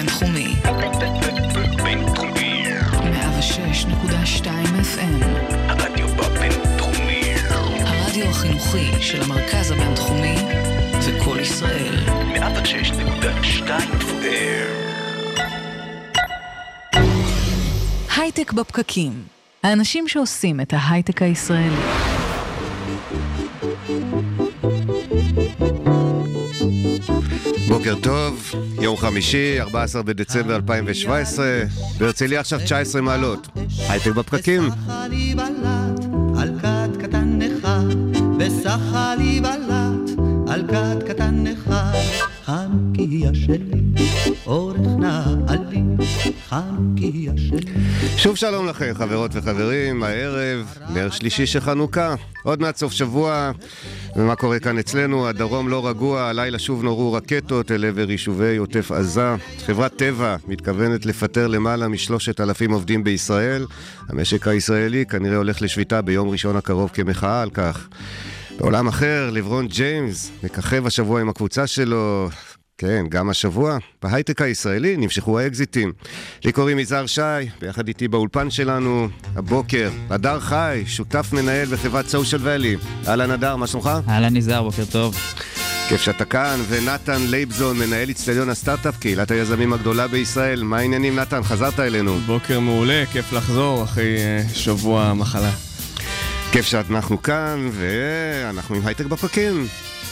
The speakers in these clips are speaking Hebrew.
הבינתחומי 106.2 FM הרדיו הבינתחומי, הרדיו החינוכי של המרכז הבינתחומי וכל ישראל 106.2 הייטק בפקקים, האנשים שעושים את ההייטק הישראלי. בוקר טוב, יום חמישי, 14 בדצמבר 2017, בהרצליה עכשיו 19 מעלות. הייטק בפקקים. על קט קטן נחד, וסחה לי בלט, על קט קטן נחד, חנוכיה שלי, אורך נעלי, חנוכיה שלי. שוב שלום לכם, חברות וחברים, הערב, נר שלישי של חנוכה, עוד מעט סוף שבוע, ומה קורה כאן אצלנו? הדרום לא רגוע, הלילה שוב נורו רקטות אל עבר יישובי עוטף עזה. חברת טבע מתכוונת לפטר למעלה מ3,000 עובדים בישראל. המשק הישראלי כנראה הולך לשביתה ביום ראשון הקרוב כמחאה על כך. בעולם אחר, לברון ג'יימס מככב השבוע עם הקבוצה שלו. כן, גם השבוע, בהייטק הישראלי נמשכו האקזיטים. לי קוראים יזהר שי, ביחד איתי באולפן שלנו, הבוקר, הדר חי, שותף מנהל בחברת סושיאל ואלי. אהלן הדר, מה שלומך? אהלן יזהר, בוקר טוב. כיף שאתה כאן, ונתן לייבזון, מנהל אצטדיון הסטארט-אפ, קהילת היזמים הגדולה בישראל. מה העניינים, נתן? חזרת אלינו. בוקר מעולה, כיף לחזור אחרי שבוע מחלה. כיף שאנחנו כאן, ואנחנו עם הייטק בפקקים.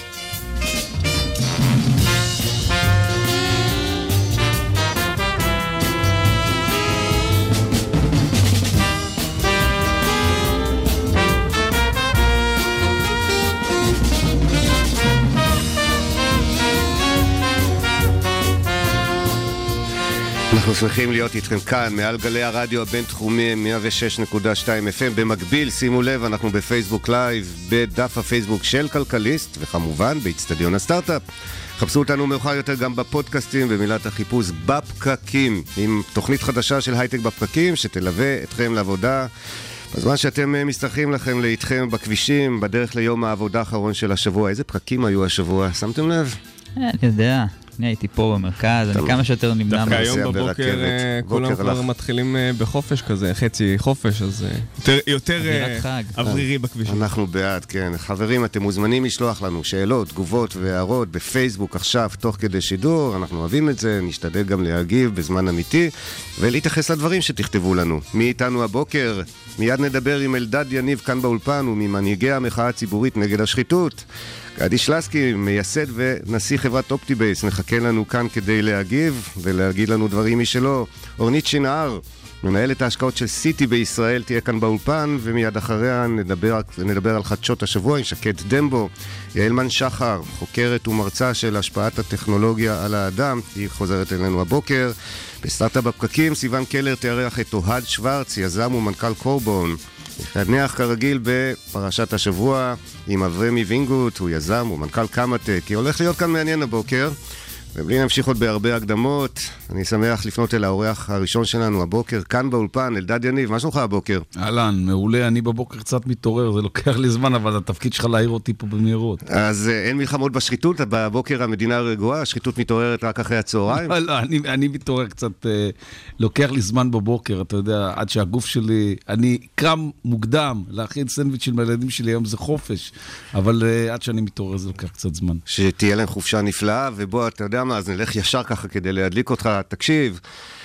אנחנו שמחים להיות איתכם כאן, מעל גלי הרדיו הבינתחומי 106.2 FM. במקביל, שימו לב, אנחנו בפייסבוק לייב, בדף הפייסבוק של כלכליסט, וכמובן באצטדיון הסטארט-אפ. חפשו אותנו מאוחר יותר גם בפודקאסטים, במילת החיפוש בפקקים, עם תוכנית חדשה של הייטק בפקקים, שתלווה אתכם לעבודה. בזמן שאתם מסתרכים לכם לאיתכם בכבישים, בדרך ליום העבודה האחרון של השבוע. איזה פקקים היו השבוע? שמתם לב? אני יודע. אני הייתי פה במרכז, אני כמה שיותר נמנע. דווקא היום בבוקר כולם כבר מתחילים בחופש כזה, חצי חופש, אז יותר אוורירי בכביש. אנחנו בעד, כן. חברים, אתם מוזמנים לשלוח לנו שאלות, תגובות והערות בפייסבוק עכשיו, תוך כדי שידור. אנחנו אוהבים את זה, נשתדל גם להגיב בזמן אמיתי, ולהתייחס לדברים שתכתבו לנו. מי איתנו הבוקר? מיד נדבר עם אלדד יניב כאן באולפן, וממנהיגי המחאה הציבורית נגד השחיתות. גדי שלסקי, מייסד ונשיא חברת אופטיבייס, מחכה לנו כאן כדי להגיב ולהגיד לנו דברים משלו. אורנית שנער, מנהלת ההשקעות של סיטי בישראל, תהיה כאן באולפן, ומיד אחריה נדבר על חדשות השבוע עם שקד דמבו. יעלמן שחר, חוקרת ומרצה של השפעת הטכנולוגיה על האדם, היא חוזרת אלינו הבוקר. בסטארט-אפ בפקקים, סיוון קלר תארח את אוהד שוורץ, יזם ומנכ"ל קורבון. נניח כרגיל בפרשת השבוע עם אברמי וינגוט, הוא יזם, הוא מנכ"ל קמאטק, כי הולך להיות כאן מעניין הבוקר, ובלי נמשיך עוד בהרבה הקדמות, אני שמח לפנות אל האורח הראשון שלנו הבוקר, כאן באולפן, אלדד יניב, מה שלומך הבוקר? אהלן, מעולה, אני בבוקר קצת מתעורר, זה לוקח לי זמן, אבל התפקיד שלך להעיר אותי פה במהירות. אז אין מלחמות בשחיתות, בבוקר המדינה רגועה, השחיתות מתעוררת רק אחרי הצהריים? לא, אני מתעורר קצת, לוקח לי זמן בבוקר, אתה יודע, עד שהגוף שלי, אני קם מוקדם, להכין סנדוויץ' של הילדים שלי, היום זה חופש, אבל עד שאני מתעורר זה לוקח קצת זמן. שתהיה להם חופשה נפלאה, ובוא, אתה יודע מה, אז נלך ישר ככה כדי להדליק אותך. תקשיב,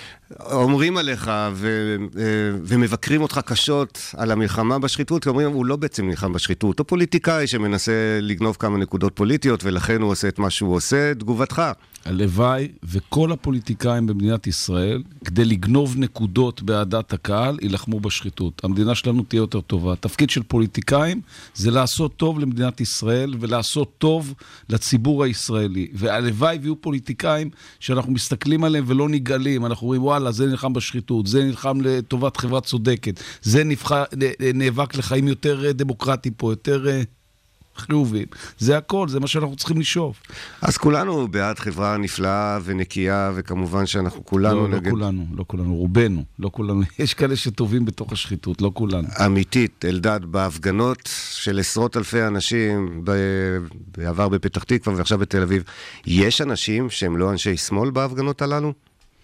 אומרים עליך ומבקרים אותך קשות על המלחמה בשחיתות, כי אומרים, הוא לא בעצם נלחם בשחיתות, הוא פוליטיקאי שמנסה לגנוב כמה נקודות פוליטיות, ולכן הוא עושה את מה שהוא עושה. תגובתך. הלוואי, וכל הפוליטיקאים במדינת ישראל, כדי לגנוב נקודות בעדת הקהל, ילחמו בשחיתות. המדינה שלנו תהיה יותר טובה. התפקיד של פוליטיקאים זה לעשות טוב למדינת ישראל, ולעשות טוב לציבור הישראלי. והלוואי ויהיו פוליטיקאים שאנחנו מסתכלים עליהם ולא נגעלים. אנחנו רואים, וואלה, זה נלחם בשחיתות, זה נלחם לטובת חברה צודקת, זה נאבק לחיים יותר דמוקרטיים פה, יותר חיובים. זה הכל, זה מה שאנחנו צריכים לשאוף. אז כולנו בעד חברה נפלאה ונקייה, וכמובן שאנחנו כולנו נגד... לא כולנו, רובנו, לא כולנו. יש כאלה שטובים בתוך השחיתות, לא כולנו. אמיתית, אלדד, בהפגנות של עשרות אלפי אנשים, בעבר בפתח תקווה ועכשיו בתל אביב, יש אנשים שהם לא אנשי שמאל בהפגנות הללו?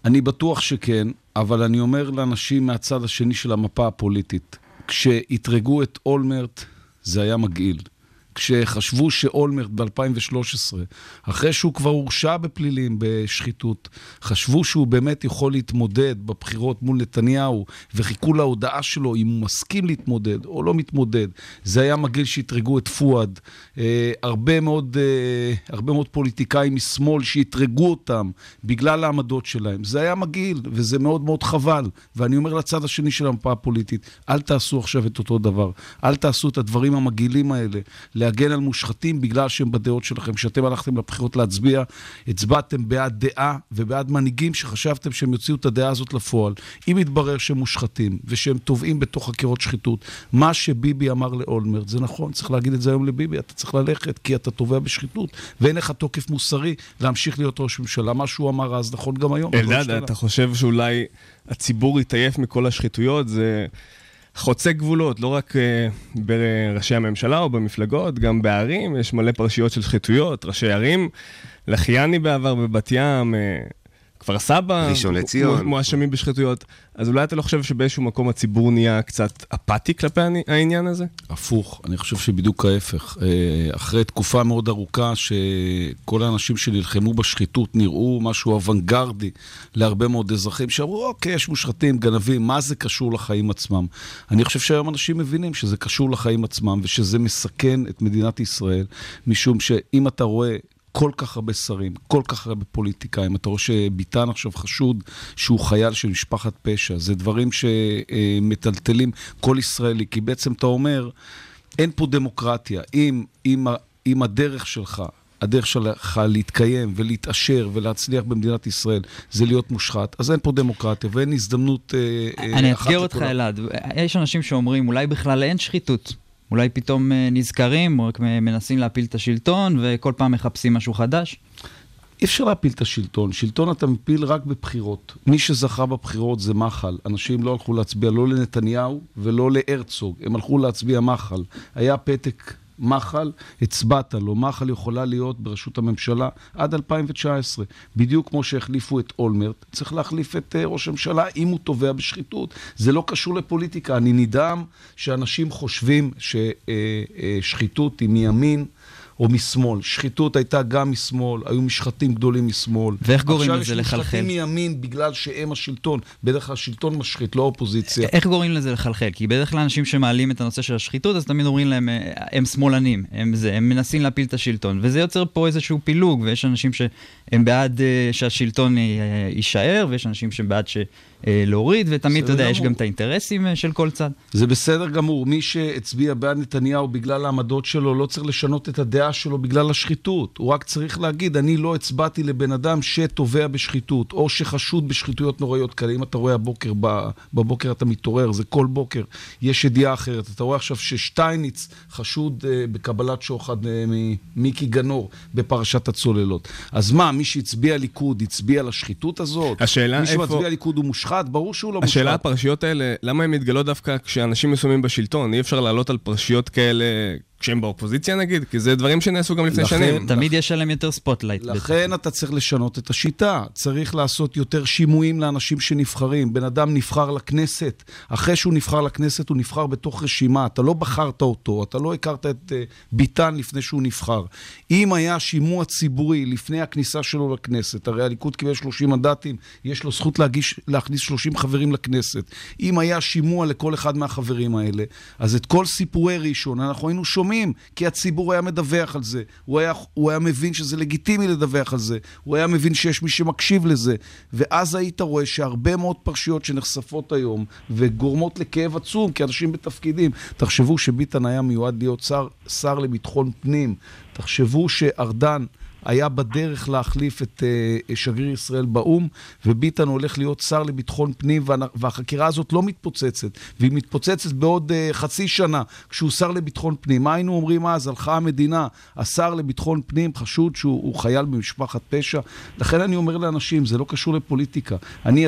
אני בטוח שכן, אבל אני אומר לאנשים מהצד השני של המפה הפוליטית, כשהתרגעו את אולמרט, זה היה מגעיל. כשחשבו שאולמרט ב-2013, אחרי שהוא כבר הורשע בפלילים, בשחיתות, חשבו שהוא באמת יכול להתמודד בבחירות מול נתניהו, וחיכו להודעה שלו אם הוא מסכים להתמודד או לא מתמודד. זה היה מגעיל שהתרגעו את פואד. הרבה מאוד פוליטיקאים משמאל שהתרגעו אותם בגלל העמדות שלהם. זה היה מגעיל, וזה מאוד מאוד חבל. ואני אומר לצד השני של המפה הפוליטית, אל תעשו עכשיו את אותו דבר. אל תעשו את הדברים המגעילים האלה. להגן על מושחתים בגלל שהם בדעות שלכם. כשאתם הלכתם לבחירות להצביע, הצבעתם בעד דעה ובעד מנהיגים שחשבתם שהם יוציאו את הדעה הזאת לפועל. אם יתברר שהם מושחתים ושהם טובעים בתוך חקירות שחיתות, מה שביבי אמר לאולמרט, זה נכון, צריך להגיד את זה היום לביבי, אתה צריך ללכת כי אתה טובע בשחיתות, ואין לך תוקף מוסרי להמשיך להיות ראש ממשלה. מה שהוא אמר אז נכון גם היום. אלדד, אתה חושב שאולי הציבור יתעייף מכל השחיתויות? זה חוצה גבולות, לא רק בראשי הממשלה או במפלגות, גם בערים יש מלא פרשיות של שחיתויות, ראשי ערים, לחייני בעבר בבת ים, כפר סבא, ראשון לציון, מואשמים בשחיתויות. אז אולי אתה לא חושב שבאיזשהו מקום הציבור נהיה קצת אפאתי כלפי העניין הזה? הפוך, אני חושב שבדיוק ההפך. אחרי תקופה מאוד ארוכה שכל האנשים שנלחמו בשחיתות נראו משהו אוונגרדי להרבה מאוד אזרחים שאמרו, אוקיי, יש מושחתים, גנבים, מה זה קשור לחיים עצמם? אני חושב שהיום אנשים מבינים שזה קשור לחיים עצמם ושזה מסכן את מדינת ישראל, משום שאם אתה רואה כל כך הרבה שרים, כל כך הרבה פוליטיקאים, אתה רואה שביטן עכשיו חשוד שהוא חייל של משפחת פשע, זה דברים שמטלטלים כל ישראלי, כי בעצם אתה אומר, אין פה דמוקרטיה, אם הדרך שלך להתקיים ולהתעשר ולהצליח במדינת ישראל זה להיות מושחת, אז אין פה דמוקרטיה ואין הזדמנות אני אתגר אותך אלעד, יש אנשים שאומרים אולי בכלל אין שחיתות, אולי פתאום נזכרים, או רק מנסים להפיל את השלטון, וכל פעם מחפשים משהו חדש? אי אפשר להפיל את השלטון. שלטון אתה מפיל רק בבחירות. מי שזכה בבחירות זה מחל. אנשים לא הלכו להצביע לא לנתניהו ולא להרצוג. הם הלכו להצביע מחל. היה פתק מחל, הצבעת לו. מחל יכולה להיות בראשות הממשלה עד 2019. בדיוק כמו שהחליפו את אולמרט, צריך להחליף את ראש הממשלה אם הוא תובע בשחיתות. זה לא קשור לפוליטיקה. אני נדהם שאנשים חושבים ששחיתות היא מימין או משמאל. שחיתות הייתה גם משמאל, היו משחטים גדולים משמאל. ואיך גורמים לזה לחלחל? עכשיו יש משחטים מימין בגלל שהם השלטון. בדרך כלל השלטון משחית, לא האופוזיציה. איך גורמים לזה לחלחל? כי בדרך כלל אנשים שמעלים את הנושא של השחיתות, אז תמיד אומרים להם, הם שמאלנים, הם מנסים להפיל את השלטון. וזה יוצר פה איזשהו פילוג, ויש אנשים שהם בעד שהשלטון יישאר, ויש אנשים שהם בעד להוריד, ותמיד, אתה יודע, יש גם את האינטרסים של כל צד. זה בסדר גמור. מי שהצביע בעד נתניהו בגלל העמדות שלו, לא צריך לשנות את הדעה שלו בגלל השחיתות. הוא רק צריך להגיד, אני לא הצבעתי לבן אדם שתובע בשחיתות, או שחשוד בשחיתויות נוראיות כאלה. אם אתה רואה בבוקר אתה מתעורר, זה כל בוקר. יש ידיעה אחרת. אתה רואה עכשיו ששטייניץ חשוד בקבלת שוחד ממיקי גנור בפרשת הצוללות. אז מה, מי שהצביע ליכוד, הצביע לשחיתות הזאת? מי שמצביע ליכוד הוא מושחת? ברור שהוא לא מושחת. השאלה הפרשיות האלה, למה הן מתגלות דווקא כשאנשים מסוימים בשלטון? אי אפשר לעלות על פרשיות כאלה כשהם באופוזיציה נגיד? כי זה דברים שנעשו גם לפני שנים. תמיד יש עליהם יותר ספוטלייט. לכן אתה צריך לשנות את השיטה. צריך לעשות יותר שימועים לאנשים שנבחרים. בן אדם נבחר לכנסת. אחרי שהוא נבחר לכנסת, הוא נבחר בתוך רשימה. אתה לא בחרת אותו. אתה לא הכרת את ביטן לפני שהוא נבחר. אם היה שימוע ציבורי לפני הכניסה שלו לכנסת, הרי הליכוד קיבל 30 מנדטים, יש לו זכות להכניס 30 חברים לכנסת. אם היה שימוע לכל אחד מהחברים האלה, אז את כל סיפורי ראשון אנחנו היינו שומעים, כי הציבור היה מדווח על זה. הוא היה מבין שזה לגיטימי לדווח על זה. הוא היה מבין שיש מי שמקשיב לזה. ואז היית רואה שהרבה מאוד פרשיות שנחשפות היום, וגורמות לכאב עצום, כי אנשים בתפקידים. תחשבו שביטן היה מיועד להיות שר לביטחון פנים. תחשבו שארדן היה בדרך להחליף את שגריר ישראל באום, וביטן הולך להיות שר לביטחון פנים, והחקירה הזאת לא מתפוצצת, והיא מתפוצצת בעוד חצי שנה, כשהוא שר לביטחון פנים. מה היינו אומרים אז? הלכה המדינה, השר לביטחון פנים חשוד שהוא חייל במשפחת פשע. לכן אני אומר לאנשים, זה לא קשור לפוליטיקה. אני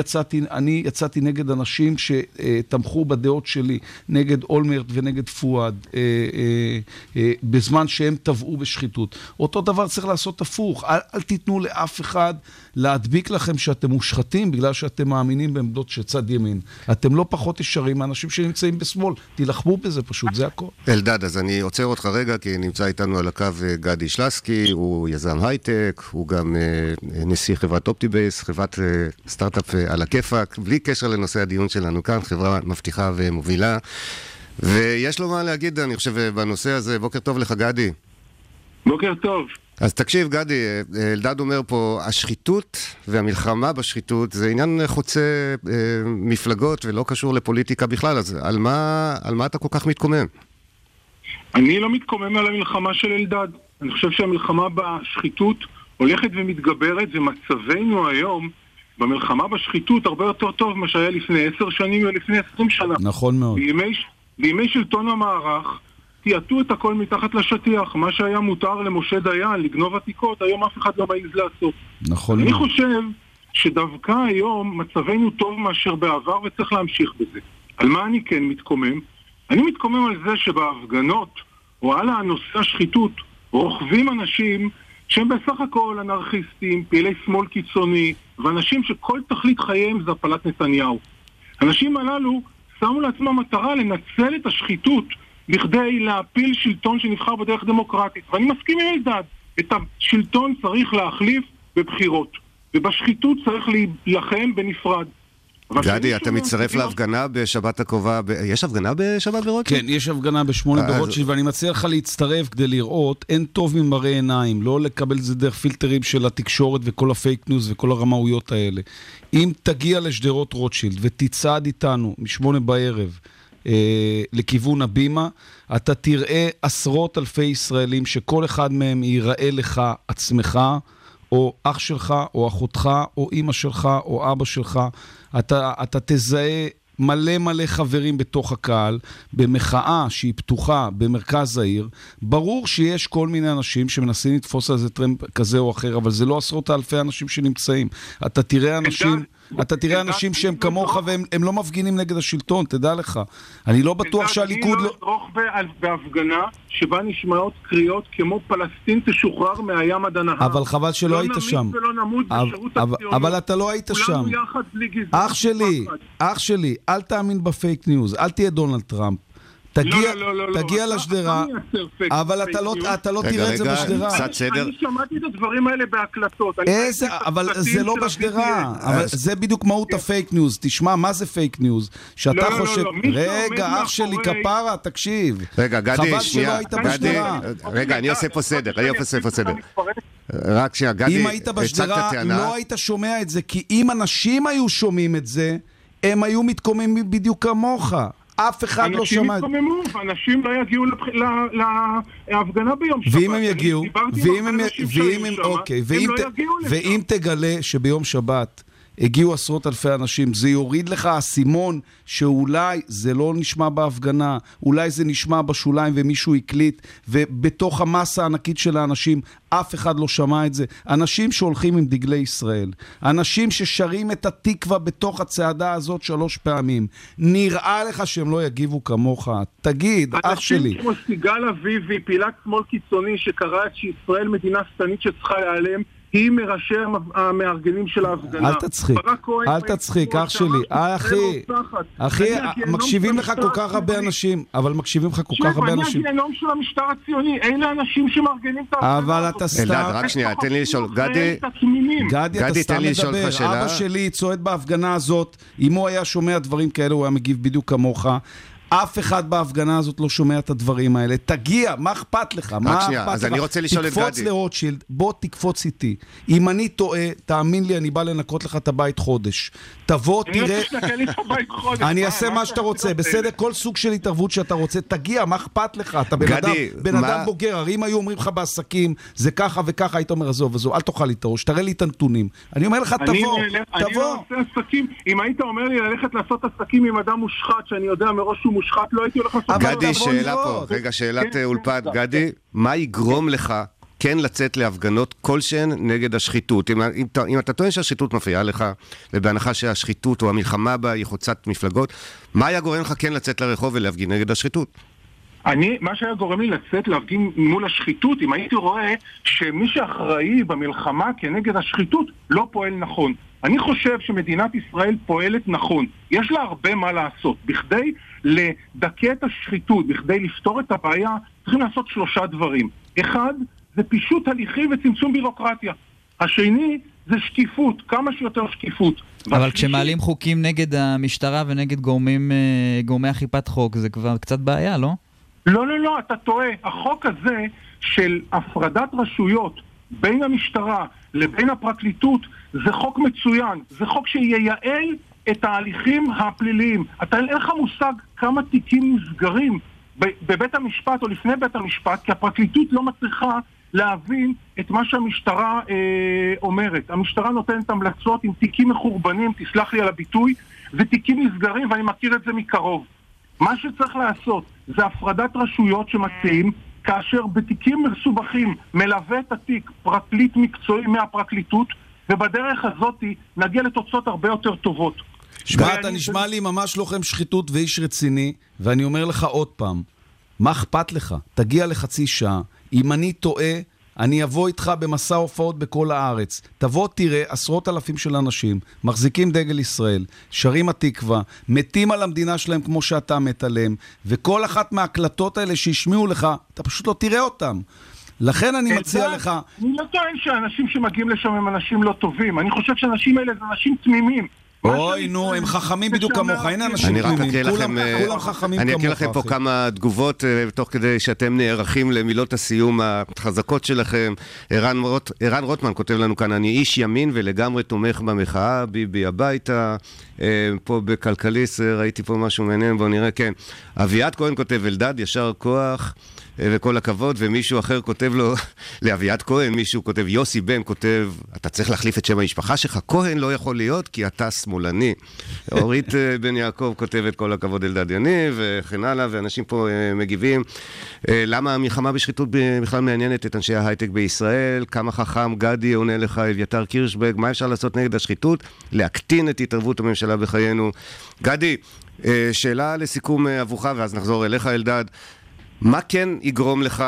יצאתי נגד אנשים שתמכו בדעות שלי, נגד אולמרט ונגד פואד, בזמן שהם טבעו בשחיתות. אותו דבר צריך לעשות הפוך. אל תיתנו לאף אחד להדביק לכם שאתם מושחתים בגלל שאתם מאמינים בעמדות שצד ימין. אתם לא פחות ישרים מאנשים שנמצאים בשמאל. תילחמו בזה פשוט, זה הכל. אלדד, אז אני עוצר אותך רגע, כי נמצא איתנו על הקו גדי שלסקי, הוא יזם הייטק, הוא גם נשיא חברת אופטיבייס, חברת סטארט-אפ על הכיפק, בלי קשר לנושא הדיון שלנו כאן, חברה מבטיחה ומובילה. ויש לו מה להגיד, אני חושב, בנושא הזה. בוקר טוב לך, גדי. בוקר טוב. אז תקשיב, גדי, אלדד אומר פה, השחיתות והמלחמה בשחיתות זה עניין חוצה מפלגות ולא קשור לפוליטיקה בכלל, אז על מה אתה כל כך מתקומם? אני לא מתקומם על המלחמה של אלדד. אני חושב שהמלחמה בשחיתות הולכת ומתגברת, ומצבנו היום במלחמה בשחיתות הרבה יותר טוב מה שהיה לפני 10 שנים ולפני 20 שנה. נכון מאוד. בימי שלטון המערך תיעטו את הכל מתחת לשטיח. מה שהיה מותר למשה דיין לגנוב עתיקות, היום אף אחד לא מעיז לעשות. נכון אני מאוד. חושב שדווקא היום מצבנו טוב מאשר בעבר וצריך להמשיך בזה. על מה אני כן מתקומם? אני מתקומם על זה שבהפגנות או על הנושא השחיתות רוכבים אנשים שהם בסך הכל אנרכיסטים, פעילי שמאל קיצוני, ואנשים שכל תכלית חייהם זה הפלת נתניהו. האנשים הללו שמו לעצמם מטרה לנצל את השחיתות בכדי להפיל שלטון שנבחר בדרך דמוקרטית. ואני מסכים עם אלדד, את השלטון צריך להחליף בבחירות, ובשחיתות צריך להילחם בנפרד. גדי, אתה מצטרף להפגנה בשבת הקרובה, יש הפגנה בשבת ברוטשילד? כן, יש הפגנה ב8 ברוטשילד, ואני מציע לך להצטרף כדי לראות, אין טוב ממראה עיניים, לא לקבל זה דרך פילטרים של התקשורת וכל הפייק ניוז וכל הרמאויות האלה. אם תגיע לשדרות רוטשילד ותצעד איתנו מ8 בערב לכיוון הבימה, אתה תראה עשרות אלפי ישראלים שכל אחד מהם ייראה לך עצמך, או אח שלך, או אחותך, או אמא שלך, או אבא שלך. אתה תזהה מלא חברים בתוך הקהל, במחאה שהיא פתוחה במרכז העיר. ברור שיש כל מיני אנשים שמנסים לתפוס על זה טרמפ כזה או אחר, אבל זה לא עשרות אלפי אנשים שנמצאים. אתה תראה אנשים שהם כמוך והם לא מפגינים נגד השלטון, תדע לך. אני לא בטוח שהליכוד לא... אני לא אדרוך בהפגנה שבה נשמעות קריאות כמו פלסטין תשוחרר מהים עד הנהר. אבל חבל שלא היית שם. לא נמות בשירות הציונות. אבל אתה לא היית שם. כולנו יחד בלי גזענות. אח שלי, אל תאמין בפייק ניוז, אל תהיה דונלד טראמפ. תגיע לשדרה, אבל אתה לא תראה את זה בשדרה. אני שמעתי את הדברים האלה בהקלטות. אבל זה לא בשדרה. זה בדיוק מהות הפייק ניוז. תשמע, מה זה פייק ניוז? שאתה חושב... רגע, אח שלי, כפרה, תקשיב. רגע, גדי, חבל שלא היית בשדרה. רגע, אני עושה פה סדר. רק שנייה, גדי, אם היית בשדרה, לא היית שומע את זה, כי אם אנשים היו שומעים את זה, הם היו מתקוממים בדיוק כמוך. אף אחד לא שמע. אנשים יתקוממו, ואנשים לא יגיעו להפגנה ביום שבת. ואם הם יגיעו, ואם תגלה שביום שבת הגיעו עשרות אלפי אנשים, זה יוריד לך הסימון שאולי זה לא נשמע בהפגנה, אולי זה נשמע בשוליים ומישהו הקליט, ובתוך המסה הענקית של האנשים אף אחד לא שמע את זה. אנשים שהולכים עם דגלי ישראל, אנשים ששרים את התקווה בתוך הצעדה הזאת 3 פעמים, נראה לך שהם לא יגיבו כמוך. תגיד, אח שלי. אנשים כמו סיגל אביבי, פעילת שמאל קיצוני שקרא את שישראל מדינה שטנית שצריכה להיעלם, היא מראשי המארגנים של ההפגנה. אל תצחיק, אח שלי. אחי, מקשיבים לך כל כך הרבה אנשים, אבל מקשיבים לך כל כך הרבה אנשים. אני הגיהנום של המשטר הציוני, אלה אנשים שמארגנים את ההפגנה. אבל אתה סתם... אלדד, רק שנייה, תן לי לשאול. גדי, אתה סתם מדבר. אבא שלי צועד בהפגנה הזאת, אם הוא היה שומע דברים כאלה, הוא היה מגיב בדיוק כמוך. אף אחד בהפגנה הזאת לא שומע את הדברים האלה. תגיע, מה אכפת לך? רק שנייה, אז אני רוצה לשאול את גדי. תקפוץ לרוטשילד, בוא תקפוץ איתי. אם אני טועה, תאמין לי, אני בא לנקות לך את הבית חודש. תבוא, תראה... אני אעשה מה שאתה רוצה, בסדר? כל סוג של התערבות שאתה רוצה, תגיע, מה אכפת לך? אתה בן אדם בוגר, הרי אם היו אומרים לך בעסקים, זה ככה וככה, היית אומר, עזוב, אל תאכל לי את הראש, תראה לי את הנתונים. אני אומר לך, תבוא. אני לא עושה עסקים. אם היית אומר לי ללכת לעשות עסקים עם אדם מושחת, שאני יודע מראש שהוא מושחת, לא הייתי הולך לעשות. גדי, שאלה פה, רגע, שאלת אולפן. גדי, מה יגרום לך כן לצאת להפגנות כלשהן נגד השחיתות? אם אתה טוען שהשחיתות מפריעה לך, ובהנחה שהשחיתות או המלחמה בה היא חוצת מפלגות, מה היה גורם לך כן לצאת לרחוב ולהפגין נגד השחיתות? מה שהיה גורם לי לצאת להפגין מול השחיתות, אם הייתי רואה שמי שאחראי במלחמה כנגד השחיתות לא פועל נכון. אני חושב שמדינת ישראל פועלת נכון. יש לה הרבה מה לעשות. בכדי לדכא את השחיתות, בכדי לפתור את הבעיה, צריכים לעשות 3 דברים. 1, זה פישוט הליכים וצמצום בירוקרטיה. השני, זה שקיפות, כמה שיותר שקיפות. אבל כשמעלים חוקים נגד המשטרה ונגד גורמי אכיפת חוק, זה כבר קצת בעיה, לא? לא, אתה טועה. החוק הזה של הפרדת רשויות בין המשטרה לבין הפרקליטות, זה חוק מצוין. זה חוק שייעל את ההליכים הפליליים. אתה אין לך מושג כמה תיקים נסגרים בבית המשפט או לפני בית המשפט, כי הפרקליטות לא מצליחה להבין את מה שהמשטרה אומרת. המשטרה נותנת המלצות עם תיקים מחורבנים, תסלח לי על הביטוי, ותיקים נסגרים, ואני מכיר את זה מקרוב. מה שצריך לעשות זה הפרדת רשויות שמציעים, כאשר בתיקים מסובכים מלווה את התיק פרקליט מקצועי מהפרקליטות, ובדרך הזאת נגיע לתוצאות הרבה יותר טובות. שמע, אתה נשמע לי ממש לוחם שחיתות ואיש רציני, ואני אומר לך עוד פעם, מה אכפת לך? תגיע לחצי שעה, אם אני טועה, אני אבוא איתך במסע הופעות בכל הארץ. תבוא תראה 10,000 של אנשים, מחזיקים דגל ישראל, שרים התקווה, מתים על המדינה שלהם כמו שאתה מת עליהם, וכל אחת מההקלטות האלה שישמיעו לך, אתה פשוט לא תראה אותם. לכן אני מציע לך... אני לא טוען שאנשים שמגיעים לשם הם אנשים לא טובים. אני חושב שאנשים האלה זה אנשים תמימים. אוי, נו, הם חכמים בדיוק כמוך, הנה אנשים תמימים, כולם חכמים כמוך. אני אקריא לכם פה כמה תגובות, תוך כדי שאתם נערכים למילות הסיום החזקות שלכם. ערן רוטמן כותב לנו כאן, אני איש ימין ולגמרי תומך במחאה, ביבי הביתה, פה בכלכליסט, ראיתי פה משהו מעניין, בואו נראה, כן. אביעד כהן כותב, אלדד, ישר כוח, וכל הכבוד, ומישהו אחר כותב לו, לאביעד כהן, מישהו כותב, יוסי בן כותב, אתה צריך להחליף את שם המשפחה שלך, כהן לא יכול להיות, כי אתה שמאלני. אורית בן יעקב כותבת, כל הכבוד אלדד יניב, וכן הלאה, ואנשים פה מגיבים. למה המלחמה בשחיתות בכלל מעניינת את אנשי ההייטק בישראל? כמה חכם גדי עונה לך, אביתר קירשברג, מה אפשר לעשות נגד השחיתות? להקטין את התערבות הממשלה בחיינו. גדי, שאלה לסיכום עבורך, ואז נחזור אליך אלדד. מה כן יגרום לך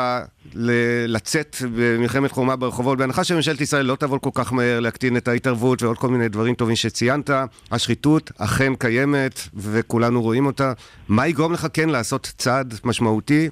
לצאת במלחמת חורמה ברחובות, בהנחה שממשלת ישראל לא תבוא כל כך מהר להקטין את ההתערבות ועוד כל מיני דברים טובים שציינת, השחיתות אכן קיימת וכולנו רואים אותה, מה יגרום לך כן לעשות צעד משמעותי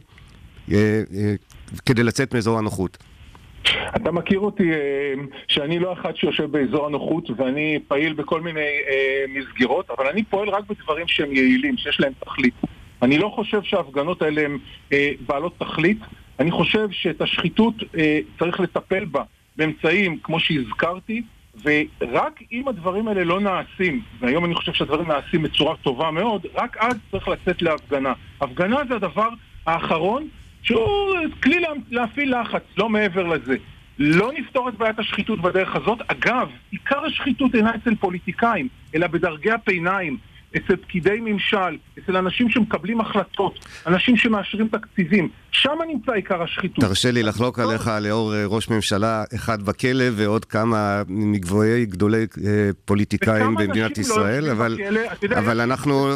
כדי לצאת מאזור הנוחות? אתה מכיר אותי שאני לא אחד שיושב באזור הנוחות ואני פעיל בכל מיני מסגרות, אבל אני פועל רק בדברים שהם יעילים, שיש להם תכלית. אני לא חושב שההפגנות האלה הן בעלות תכלית. אני חושב שאת השחיתות צריך לטפל בה באמצעים כמו שהזכרתי, ורק אם הדברים האלה לא נעשים, והיום אני חושב שהדברים נעשים בצורה טובה מאוד, רק אז צריך לצאת להפגנה. הפגנה זה הדבר האחרון שהוא כלי להפעיל לחץ, לא מעבר לזה. לא נפתור את בעיית השחיתות בדרך הזאת. אגב, עיקר השחיתות אינה אצל פוליטיקאים, אלא בדרגי הביניים, אצל פקידי ממשל, אצל אנשים שמקבלים החלטות, אנשים שמאשרים תקציבים. שם נמצא עיקר השחיתות. תרשה לי לחלוק עליך לאור ראש ממשלה אחד בכלא ועוד כמה מגבוהי גדולי פוליטיקאים במדינת ישראל, אבל אנחנו...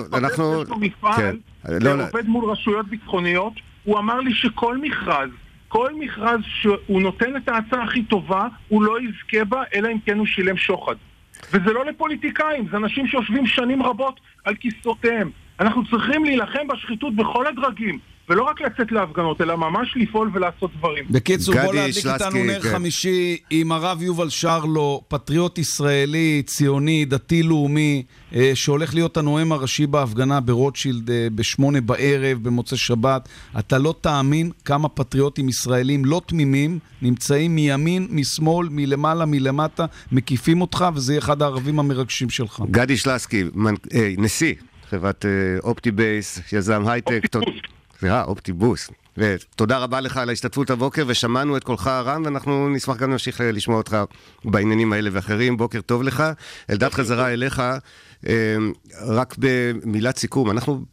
עובד מול רשויות ביטחוניות, הוא אמר לי שכל מכרז שהוא נותן את ההצעה הכי טובה, הוא לא יזכה בה, אלא אם כן הוא שילם שוחד. וזה לא לפוליטיקאים, זה אנשים שיושבים שנים רבות על כיסאותיהם. אנחנו צריכים להילחם בשחיתות בכל הדרגים, ולא רק לצאת להפגנות, אלא ממש לפעול ולעשות דברים. בקיצור, בוא להדליק איתנו נר חמישי עם הרב יובל שרלו, פטריוט ישראלי, ציוני, דתי-לאומי, שהולך להיות הנואם הראשי בהפגנה ברוטשילד ב8 בערב, במוצאי שבת. אתה לא תאמין כמה פטריוטים ישראלים לא תמימים נמצאים מימין, משמאל, מלמעלה, מלמטה, מקיפים אותך, וזה אחד הערבים המרגשים שלך. גדי שלסקי, נשיא חברת אופטיבייס, יזם הייטק. אופטיבוס. ותודה רבה לך על ההשתתפות הבוקר, ושמענו את קולך הרם, ואנחנו נשמח גם להמשיך לשמוע אותך בעניינים האלה ואחרים. בוקר טוב לך. אלדד, חזרה אליך, רק במילת סיכום. אנחנו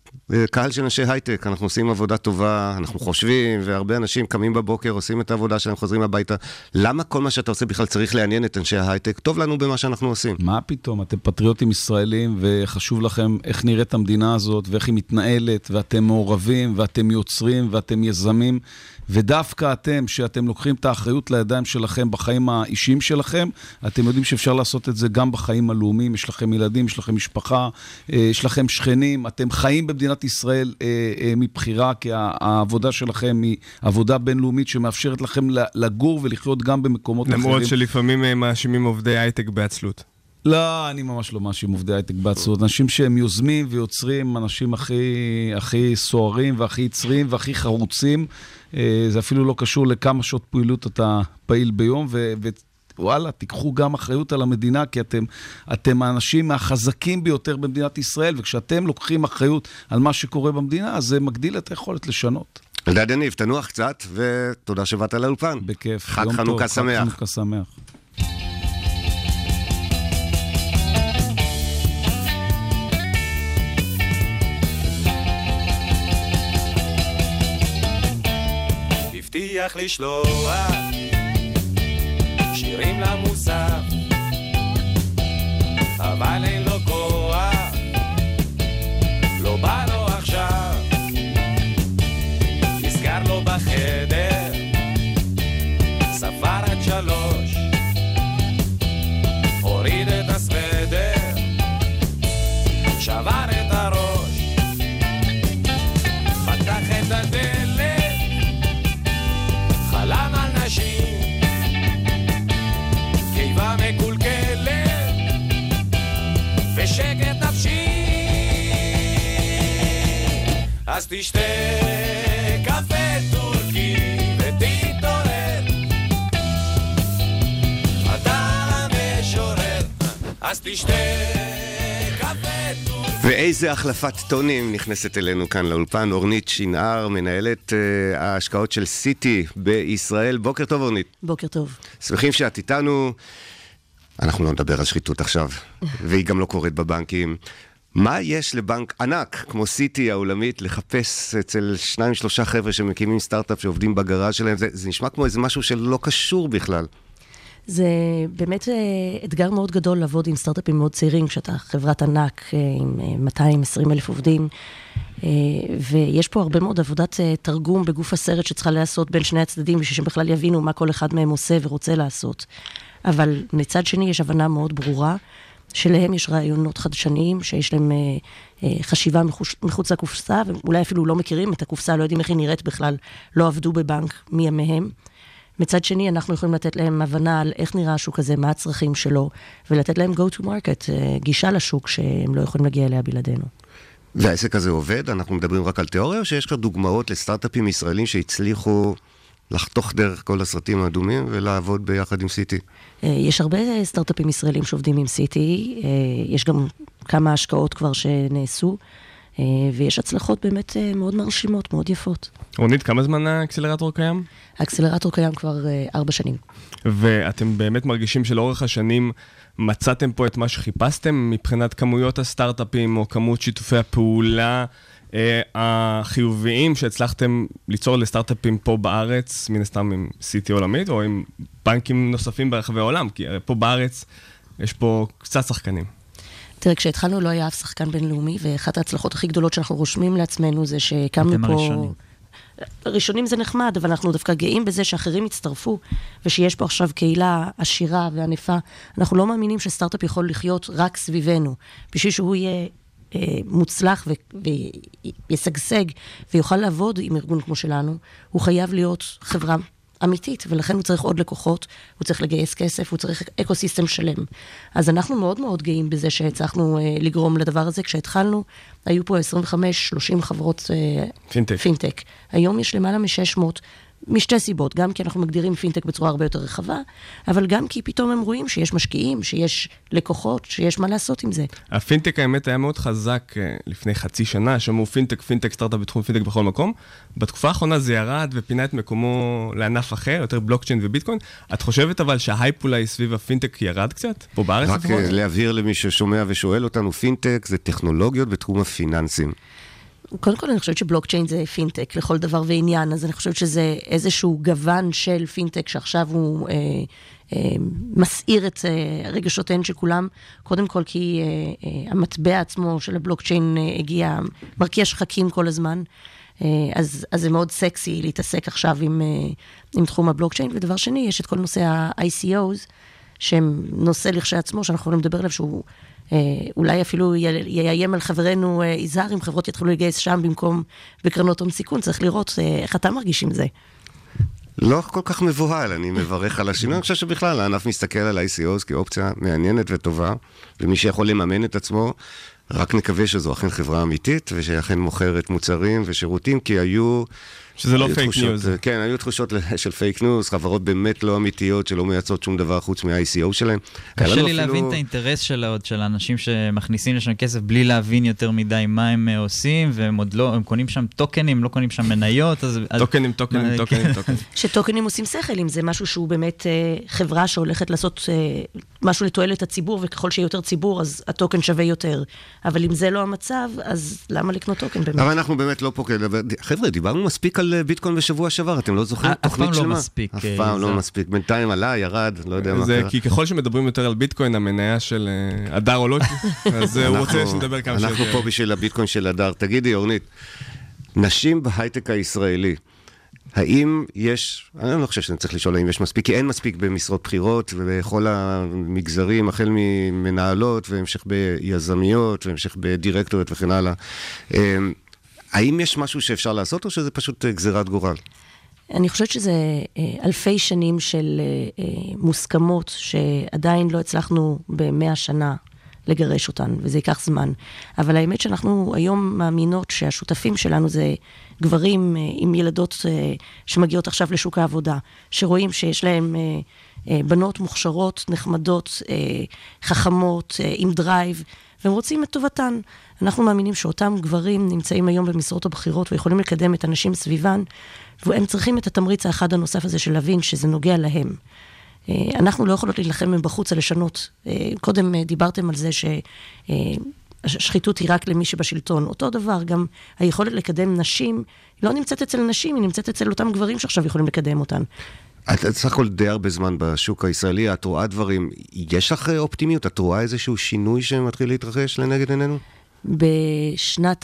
קהל של אנשי הייטק, אנחנו עושים עבודה טובה, אנחנו חושבים, והרבה אנשים קמים בבוקר, עושים את העבודה שלהם, חוזרים הביתה. למה כל מה שאתה עושה בכלל צריך לעניין את אנשי ההייטק? טוב לנו במה שאנחנו עושים. מה פתאום? אתם פטריוטים ישראלים, וחשוב לכם איך נראית המדינה הזאת, ואיך היא מתנהלת, ואתם מעורבים, ואתם יוצרים, ואתם יזמים, ודווקא אתם, שאתם לוקחים את האחריות לידיים שלכם בחיים האישיים שלכם, אתם יודעים שאפשר לעשות את זה גם בחיים הלאומיים, יש לכם ילדים, יש לכם משפחה, יש לכם שכנים, אתם חיים במדינת ישראל מבחירה, כי העבודה שלכם היא עבודה בינלאומית שמאפשרת לכם לגור ולחיות גם במקומות אחרים. למרות שלפעמים הם מאשימים עובדי הייטק בעצלות. לא, אני ממש לא מאשים עובדי הייטק בעצלות. אנשים שהם יוזמים ויוצרים, אנשים הכי סוערים והכי יצרים והכי חרוצים. זה אפילו לא קשור לכמה שעות פעילות אתה פעיל ביום, וואלה, תיקחו גם אחריות על המדינה, כי אתם האנשים החזקים ביותר במדינת ישראל, וכשאתם לוקחים אחריות על מה שקורה במדינה, אז זה מגדיל את היכולת לשנות. אלדד יניב, תנוח קצת, ותודה שבאת לאולפן. בכיף. חג חנוכה שמח. חג חנוכה שמח. הבטיח לשלוח שירים למוסף, אבל אין לו כוח, לא בא לו עכשיו, נסגר לו בחדר, ספר עד 3, הוריד את הסוודר, שבר את הראש, פתח את הדלת, חלם על נשים, קיבה מקולקלת, ושקט נפשי. אז תשתה קפה טורקי ותתעורר, אתה המשורר. אז תשתה קפה טורקי. ואיזה החלפת טונים נכנסת אלינו כאן לאולפן. אורנית שינער, מנהלת ההשקעות של סיטי בישראל. בוקר טוב, אורנית. בוקר טוב. שמחים שאת איתנו. אנחנו לא נדבר על שחיתות עכשיו, והיא גם לא קורית בבנקים. מה יש לבנק ענק כמו סיטי העולמית לחפש אצל 2-3 חבר'ה שמקימים סטארט-אפ שעובדים בגראז' שלהם? זה נשמע כמו איזה משהו שלא קשור בכלל. זה באמת אתגר מאוד גדול לעבוד עם סטארט-אפים מאוד צעירים, כשאתה חברת ענק עם 220,000 עובדים, ויש פה הרבה מאוד עבודת תרגום בגוף הסרט שצריכה לעשות בין שני הצדדים, בשביל שבכלל יבינו מה כל אחד מהם עושה ורוצה לעשות. אבל מצד שני יש הבנה מאוד ברורה, שלהם יש רעיונות חדשניים, שיש להם חשיבה מחוץ לקופסה, ואולי אפילו לא מכירים את הקופסה, לא יודעים איך היא נראית בכלל, לא עבדו בבנק מימיהם. מצד שני, אנחנו יכולים לתת להם הבנה על איך נראה השוק הזה, מה הצרכים שלו, ולתת להם go to market, גישה לשוק שהם לא יכולים להגיע אליה בלעדינו. והעסק הזה עובד? אנחנו מדברים רק על תיאוריה, או שיש כבר דוגמאות לסטארט-אפים ישראלים שהצליחו לחתוך דרך כל הסרטים האדומים ולעבוד ביחד עם סיטי? יש הרבה סטארט-אפים ישראלים שעובדים עם סיטי, יש גם כמה השקעות כבר שנעשו, ויש הצלחות באמת מאוד מרשימות, מאוד יפות. רונית, כמה זמן האקסלרטור קיים? האקסלרטור קיים כבר 4 שנים. ואתם באמת מרגישים שלאורך השנים מצאתם פה את מה שחיפשתם מבחינת כמויות הסטארט-אפים או כמות שיתופי הפעולה החיוביים שהצלחתם ליצור לסטארט-אפים פה בארץ, מן הסתם עם סיטי עולמית או עם בנקים נוספים ברחבי העולם? כי פה בארץ יש פה קצת שחקנים. תראה, כשהתחלנו לא היה אף שחקן בינלאומי, ואחת ההצלחות הכי גדולות שאנחנו רושמים לעצמנו זה שקמנו פה... הראשונים. הראשונים זה נחמד, אבל אנחנו דווקא גאים בזה שאחרים הצטרפו, ושיש פה עכשיו קהילה עשירה וענפה. אנחנו לא מאמינים שסטארט-אפ יכול לחיות רק סביבנו, בשביל שהוא יהיה מוצלח ויסגסג, ויוכל לעבוד עם ארגון כמו שלנו, הוא חייב להיות חברה אמיתית, ולכן הוא צריך עוד לקוחות, הוא צריך לגייס כסף, הוא צריך אקוסיסטם שלם. אז אנחנו מאוד מאוד גאים בזה שהצלחנו לגרום לדבר הזה. כשהתחלנו, היו פה 25-30 חברות פינטק. היום יש למעלה מ-600, משתי סיבות, גם כי אנחנו מגדירים פינטק בצורה הרבה יותר רחבה, אבל גם כי פתאום הם רואים שיש משקיעים, שיש לקוחות, שיש מה לעשות עם זה. הפינטק האמת היה מאוד חזק לפני חצי שנה, שמעו פינטק, סטארט-אפ בתחום פינטק בכל מקום. בתקופה האחרונה זה ירד ופינה את מקומו לענף אחר, יותר בלוקצ'יין וביטקוין. את חושבת אבל שההייפ אולי סביב הפינטק ירד קצת? פה בארץ? רק להבהיר למי ששומע ושואל אותנו, פינטק זה טכנולוגיות בתחום הפיננסים. קודם כל אני חושבת שבלוקצ'יין זה פינטק לכל דבר ועניין, אז אני חושבת שזה איזשהו גוון של פינטק שעכשיו הוא מסעיר את רגשותיהן של כולם, קודם כל כי המטבע עצמו של הבלוקצ'יין הגיע, מרקיע שחקים כל הזמן, אז זה מאוד סקסי להתעסק עכשיו עם תחום הבלוקצ'יין, ודבר שני, יש את כל נושא ה-ICOs, שהם נושא לכשעצמו, שאנחנו יכולים לדבר עליו שהוא אולי אפילו יאיים על חברנו יזהר, אם חברות יתחילו לגייס שם במקום בקרנות הון סיכון, צריך לראות איך אתה מרגיש עם זה. לא כל כך מבוהל, אני מברך על השינוי. אני חושב שבכלל הענף מסתכל על ICOs כאופציה מעניינת וטובה, ומי שיכול לממן את עצמו, רק נקווה שזו אכן חברה אמיתית, ושאכן מוכרת מוצרים ושירותים, כי היו... שזה לא פייק ניוז. כן, היו תחושות של פייק ניוז, חברות באמת לא אמיתיות, שלא מייצרות שום דבר חוץ מה-ICO שלהם. קשה לי להבין את האינטרס של האנשים שמכניסים לשם כסף, בלי להבין יותר מדי מה הם עושים, והם עוד לא, הם קונים שם טוקנים, לא קונים שם מניות. טוקנים. שטוקנים עושים שכל, אם זה משהו שהוא באמת חברה שהולכת לעשות משהו לתועלת הציבור, וככל שיהיה יותר ציבור, אז הטוקן שווה יותר. אבל אם זה לא המצב, אז למה לקנות טוקן באמת? אבל אנחנו באמת לא פה כדבר. חבר'ה, דיברנו מספיק על ביטקוין בשבוע שעבר, אתם לא זוכרים תוכנית שלמה? אף פעם לא מספיק. בינתיים עלה, ירד, לא יודע מה קרה. כי ככל שמדברים יותר על ביטקוין, המניה של הדר עולות, אז הוא רוצה שנדבר כמה אנחנו פה בשביל הביטקוין של הדר. תגידי, אורנית, נשים בהייטק הישראלי, האם יש, אני לא חושב שאני צריך לשאול האם יש מספיק, כי אין מספיק במשרות בחירות ובכל המגזרים, החל ממנהלות והמשך ביזמיות והמשך בדירקטוריות וכן הלאה. האם יש משהו שאפשר לעשות או שזה פשוט גזירת גורל? אני חושבת שזה אלפי שנים של מוסכמות שעדיין לא הצלחנו ב100 שנה לגרש אותן, וזה ייקח זמן. אבל האמת שאנחנו היום מאמינות שהשותפים שלנו זה גברים עם ילדות שמגיעות עכשיו לשוק העבודה, שרואים שיש להם בנות מוכשרות, נחמדות, חכמות, עם דרייב, והם רוצים את טובתן. אנחנו מאמינים שאותם גברים נמצאים היום במשרות הבחירות ויכולים לקדם את הנשים סביבן, והם צריכים את התמריץ האחד הנוסף הזה של להבין שזה נוגע להם. אנחנו לא יכולות להילחם מבחוץ על לשנות. קודם דיברתם על זה שהשחיתות היא רק למי שבשלטון. אותו דבר, גם היכולת לקדם נשים, היא לא נמצאת אצל נשים, היא נמצאת אצל אותם גברים שעכשיו יכולים לקדם אותן. את סך הכל די הרבה זמן בשוק הישראלי, את רואה דברים, יש לך אופטימיות? את רואה איזשהו שינוי שמתחיל להתרחש לנגד עינינו? בשנת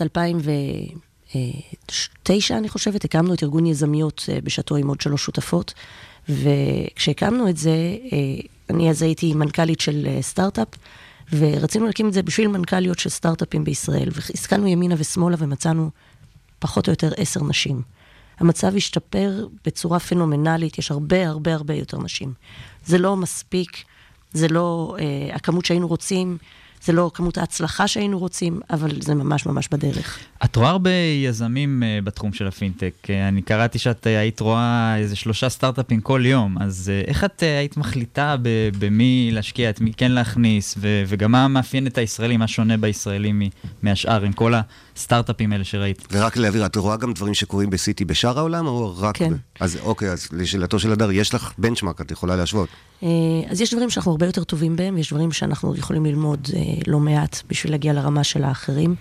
2009, אני חושבת, הקמנו את ארגון יזמיות בשעתו עם עוד 3 שותפות, וכשהקמנו את זה, אני אז הייתי מנכ"לית של סטארט-אפ, ורצינו להקים את זה בשביל מנכ"ליות של סטארט-אפים בישראל, והסתכלנו ימינה ושמאלה ומצאנו פחות או יותר 10 נשים. המצב השתפר בצורה פנומנלית, יש הרבה יותר נשים. זה לא מספיק, זה לא הכמות שהיינו רוצים, זה לא כמות ההצלחה שהיינו רוצים, אבל זה ממש בדרך. את רואה הרבה יזמים בתחום של הפינטק. אני קראתי שאת היית רואה איזה 3 סטארט-אפים כל יום, אז איך את היית מחליטה במי להשקיע, את מי כן להכניס, וגם מה מאפיין את הישראלים, מה שונה בישראלים מהשאר, עם כל הסטארט-אפים האלה שראית? ורק להעביר, את רואה גם דברים שקורים בסיטי בשאר העולם, או רק... כן. אז אוקיי, אז לשאלתו של הדר, יש לך בנצ'מרק, את יכולה להשוות? אז יש דברים שאנחנו הרבה יותר טובים בהם, יש דברים שאנחנו יכולים ללמוד לא מעט בשביל להגיע לרמה של האחרים.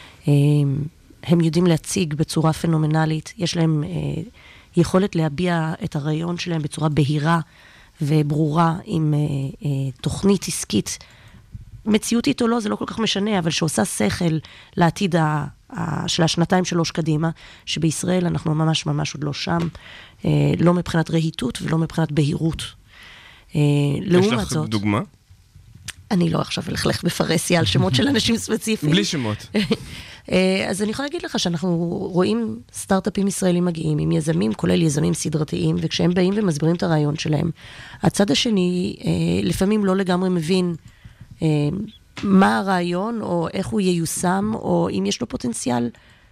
הם יודעים להציג בצורה פנומנלית, יש להם יכולת להביע את הרעיון שלהם בצורה בהירה וברורה, עם תוכנית עסקית, מציאותית או לא, זה לא כל כך משנה, אבל שעושה שכל לעתיד של 2-3 קדימה, שבישראל אנחנו ממש עוד לא שם, לא מבחינת רהיטות ולא מבחינת בהירות. יש לך דוגמה? אני לא עכשיו אלכלך בפרסיה על שמות של אנשים ספציפיים. בלי שמות. אז אני יכולה להגיד לך שאנחנו רואים סטארט-אפים ישראלים מגיעים עם יזמים, כולל יזמים סדרתיים, וכשהם באים ומסבירים את הרעיון שלהם, הצד השני לפעמים לא לגמרי מבין מה הרעיון, או איך הוא ייושם, או אם יש לו פוטנציאל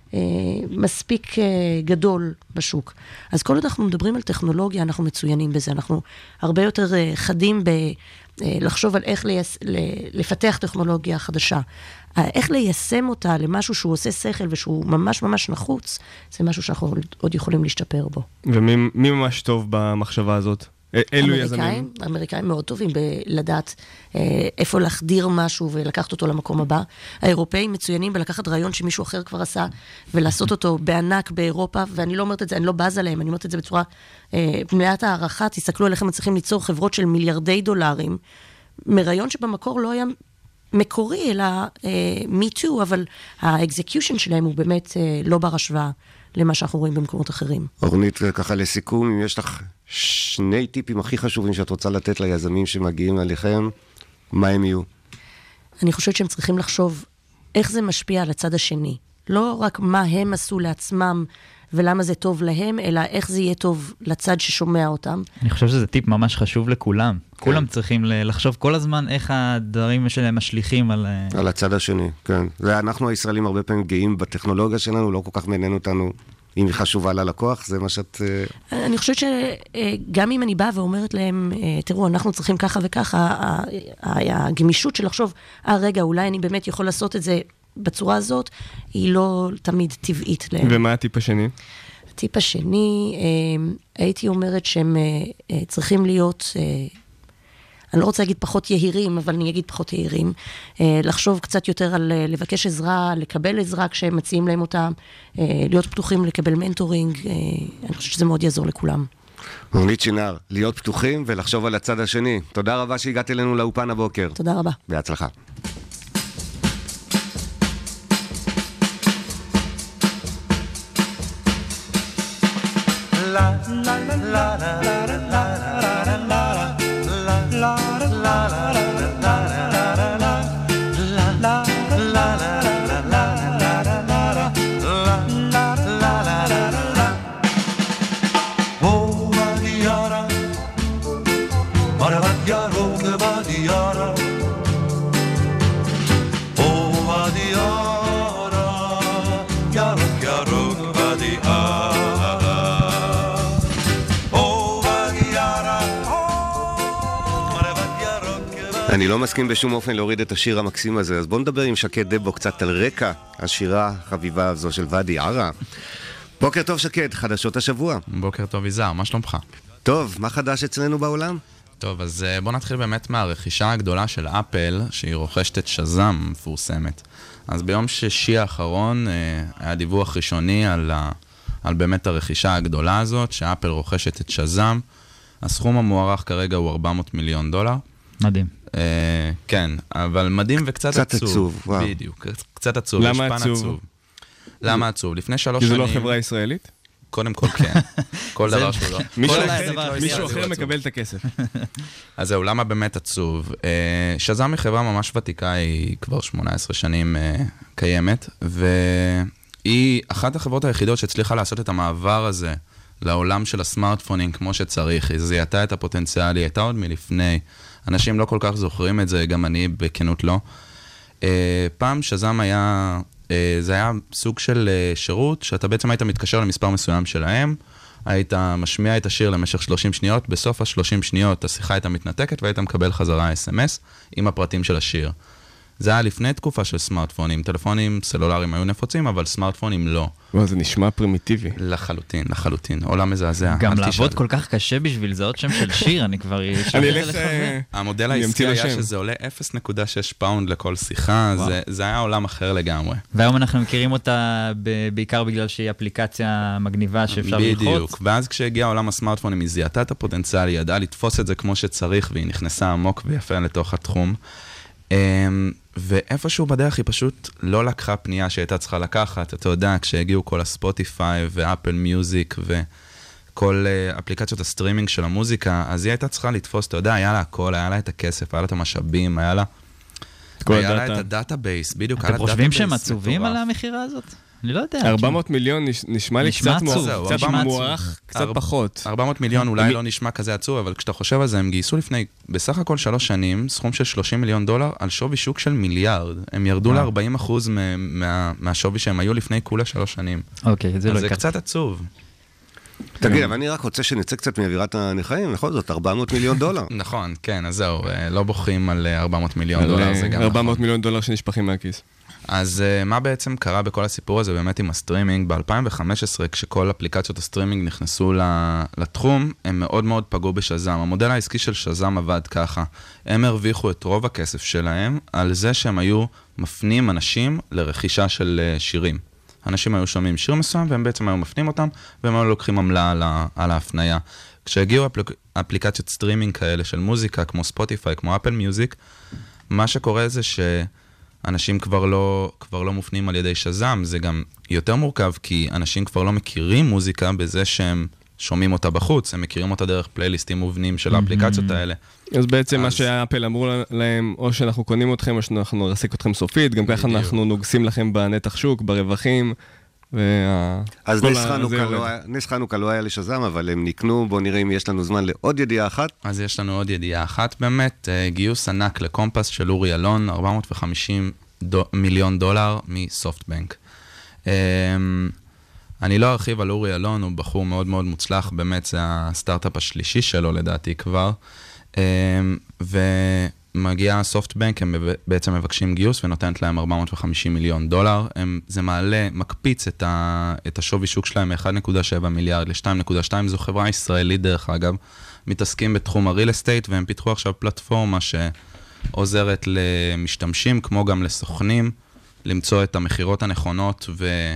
מספיק גדול בשוק. אז כל עוד אנחנו מדברים על טכנולוגיה, אנחנו מצוינים בזה, אנחנו הרבה יותר חדים לחשוב על איך לפתח טכנולוגיה חדשה. איך ליישם אותה למשהו שהוא עושה שכל ושהוא ממש נחוץ, זה משהו שאנחנו עוד יכולים להשתפר בו. ומי ממש טוב במחשבה הזאת? אילו יזמים? האמריקאים מאוד טובים בלדעת איפה להחדיר משהו ולקחת אותו למקום הבא. האירופאים מצוינים בלקחת רעיון שמישהו אחר כבר עשה, ולעשות אותו בענק באירופה, ואני לא אומרת את זה, אני לא בז עליהם, אני אומרת את זה בצורה מלאת הערכה, תסתכלו על איך הם צריכים ליצור חברות של מיליארדי דולרים, מרעיון שבמקור לא היה מקורי, אלא me too, אבל האקזקיושן שלהם הוא באמת לא בר השוואה למה שאנחנו רואים במקומות אחרים. אורנית, ככה לסיכום, אם יש לך 2 טיפים הכי חשובים שאת רוצה לתת ליזמים שמגיעים עליכם, מה הם יהיו? אני חושבת שהם צריכים לחשוב איך זה משפיע על הצד השני. לא רק מה הם עשו לעצמם ולמה זה טוב להם, אלא איך זה יהיה טוב לצד ששומע אותם. אני חושב שזה טיפ ממש חשוב לכולם. כולם צריכים לחשוב כל הזמן איך הדברים שלהם משליכים על הצד השני, כן. ואנחנו הישראלים הרבה פעמים גאים בטכנולוגיה שלנו, לא כל כך מעניין אותנו אם היא חשובה ללקוח, זה מה שאת... אני חושבת שגם אם אני באה ואומרת להם, תראו, אנחנו צריכים ככה וככה, הגמישות של לחשוב, רגע, אולי אני באמת יכול לעשות את זה בצורה הזאת, היא לא תמיד טבעית להם. ומה הטיפ השני? הטיפ השני, הייתי אומרת שהם צריכים להיות, אני לא רוצה להגיד פחות יהירים, אבל אני אגיד פחות יהירים, לחשוב קצת יותר על לבקש עזרה, לקבל עזרה כשהם מציעים להם אותה, להיות פתוחים לקבל מנטורינג, אני חושבת שזה מאוד יעזור לכולם. אורנית שינר, להיות פתוחים ולחשוב על הצד השני. תודה רבה שהגעת אלינו לאופן הבוקר. תודה רבה. בהצלחה. אני לא מסכים בשום אופן להוריד את השיר המקסים הזה, אז בואו נדבר עם שקד דבו קצת על רקע השירה החביבה הזו של ואדי ערה. בוקר טוב שקד, חדשות השבוע. בוקר טוב יזהר, מה שלומך? טוב, מה חדש אצלנו בעולם? טוב, אז בואו נתחיל באמת מהרכישה הגדולה של אפל, שהיא רוכשת את שזם מפורסמת. אז ביום שישי האחרון היה דיווח ראשוני על באמת הרכישה הגדולה הזאת, שאפל רוכשת את שזם. הסכום המוערך כרגע הוא $400 מיליון. מדהים. כן, אבל מדהים וקצת עצוב. קצת עצוב, וואו. בדיוק, קצת עצוב. למה עצוב? למה עצוב? לפני 3 שנים... כי זו לא חברה ישראלית? קודם כל כן. כל דבר שהוא לא. מישהו אחר מקבל את הכסף. אז זהו, למה באמת עצוב? שזם היא חברה ממש ותיקה, היא כבר 18 שנים קיימת, והיא אחת החברות היחידות שהצליחה לעשות את המעבר הזה לעולם של הסמארטפונים כמו שצריך. היא זיהתה את הפוטנציאל, היא הייתה עוד מלפני. אנשים לא כל כך זוכרים את זה, גם אני בכנות לא. פעם שזם היה, זה היה סוג של שירות, שאתה בעצם היית מתקשר למספר מסוים שלהם, היית משמיע את השיר למשך 30 שניות, בסוף ה-30 שניות השיחה הייתה מתנתקת, והיית מקבל חזרה SMS עם הפרטים של השיר. זה היה לפני תקופה של סמארטפונים, טלפונים סלולריים היו נפוצים, אבל סמארטפונים לא. זה נשמע פרימיטיבי. לחלוטין, לחלוטין. עולם מזעזע. גם לעבוד כל כך קשה בשביל זה עוד שם של שיר, אני כבר אני אלך... המודל העסקי היה שזה עולה 0.6 פאונד לכל שיחה, זה היה עולם אחר לגמרי. והיום אנחנו מכירים אותה בעיקר בגלל שהיא אפליקציה מגניבה שאפשר ללחוץ. בדיוק, ואז כשהגיע עולם הסמארטפונים, היא זיהתה את הפוטנציאל, היא ידעה לתפוס את זה כמו שצריך, והיא נכנסה עמוק ויפה לתוך התחום. ואיפשהו בדרך היא פשוט לא לקחה פנייה שהייתה צריכה לקחת. אתה יודע, כשהגיעו כל הספוטיפיי ואפל מיוזיק וכל אפליקציות הסטרימינג של המוזיקה, אז היא הייתה צריכה לתפוס, אתה יודע, היה לה הכל, היה לה את הכסף, היה לה את המשאבים, היה לה את הדאטאבייס, בדיוק. אתם חושבים שהם עצובים על המחירה הזאת? אני לא יודע. 400 מיליון נשמע לי קצת מוערך, קצת פחות. 400 מיליון אולי לא נשמע כזה עצוב, אבל כשאתה חושב על זה, הם גייסו לפני, בסך הכל 3 שנים, סכום של $30 מיליון על שווי שוק של מיליארד. הם ירדו ל-40% מהשווי שהם היו לפני כולה 3 שנים. אוקיי, זה לא יקרה. אז זה קצת עצוב. תגיד, אבל אני רק רוצה שנצא קצת מאווירת הנכאים, נכון? זאת $400 מיליון. נכון, כן, אז זהו, לא בוכים על $400 מיליון, זה גם נכון. $400 מיליון שנשפכים מהכיס. אז מה בעצם קרה בכל הסיפור הזה באמת עם הסטרימינג? ב-2015, כשכל אפליקציות הסטרימינג נכנסו לתחום, הם מאוד מאוד פגעו בשזם. המודל העסקי של שזם עבד ככה. הם הרוויחו את רוב הכסף שלהם על זה שהם היו מפנים אנשים לרכישה של שירים. אנשים היו שומעים שיר מסוים, והם בעצם היו מפנים אותם, והם היו לוקחים עמלה על ההפניה. כשהגיעו אפליקציות סטרימינג כאלה של מוזיקה, כמו ספוטיפיי, כמו אפל מיוזיק, מה שקורה זה אנשים כבר לא מופנים על ידי שזם, זה גם יותר מורכב, כי אנשים כבר לא מכירים מוזיקה בזה שהם שומעים אותה בחוץ, הם מכירים אותה דרך פלייליסטים מובנים של האפליקציות האלה. אז בעצם מה שאפל אמרו להם, או שאנחנו קונים אתכם, או שאנחנו נרסק אתכם סופית, גם ככה אנחנו נוגסים לכם בנתח שוק, ברווחים, אז נס חנוכה לא היה לשזם, אבל הם נקנו, בואו נראה אם יש לנו זמן לעוד ידיעה אחת. אז יש לנו עוד ידיעה אחת באמת, גיוס ענק לקומפס של אורי אלון, $450 מיליון מסופטבנק. אני לא ארחיב על אורי אלון, הוא בחור מאוד מאוד מוצלח, באמת זה הסטארט-אפ השלישי שלו לדעתי כבר, ומגיע סופטבנק, הם בעצם מבקשים גיוס ונותנת להם $450 מיליון. זה מעלה, מקפיץ את השווי שוק שלהם מ-1.7 מיליארד ל-2.2, זו חברה ישראלית דרך אגב, מתעסקים בתחום הריל אסטייט, והם פיתחו עכשיו פלטפורמה שעוזרת למשתמשים, כמו גם לסוכנים, למצוא את המחירות הנכונות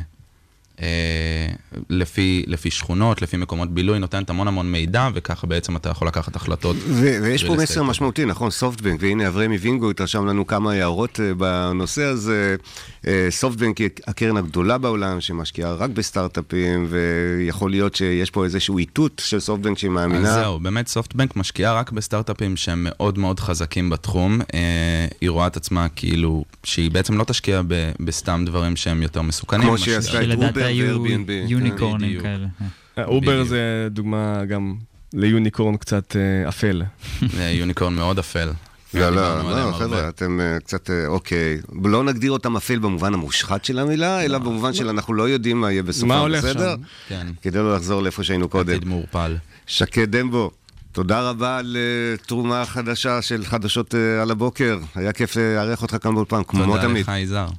לפי שכונות, לפי מקומות בילוי, נותנת המון מידע, וככה בעצם אתה יכול לקחת החלטות. ויש פה מסר משמעותי, נכון, סופטבנק, והנה אברמי וינגו התרשם לנו כמה הערות בנושא הזה. סופטבנק היא הקרן הגדולה בעולם, שמשקיעה רק בסטארט-אפים, ויכול להיות שיש פה איזשהו איתות של סופטבנק שהיא מאמינה. אז זהו, באמת סופטבנק משקיעה רק בסטארט-אפים שהם מאוד מאוד חזקים בתחום. היא רואה את עצמה כאילו, שהיא בעצם לא תשקיע בסתם דברים שהם יותר מסוכנים. כמו שהיא עשתה את אובר ואיירביאנבי. יוניקורנים כאלה. אובר זה דוגמה גם ליוניקורן קצת אפל. יוניקורן מאוד אפל. לא, חבר'ה, אתם קצת, אוקיי, לא נגדיר אותם אפל במובן המושחת של המילה, אלא במובן של אנחנו לא יודעים מה יהיה בסופו, בסדר? כדי לא לחזור לאיפה שהיינו קודם. עתיד מעורפל. שקד דמבו, תודה רבה על תרומה חדשה של חדשות על הבוקר. היה כיף להערך אותך כאן באולפן, כמו תמיד. תודה לך, יזהר.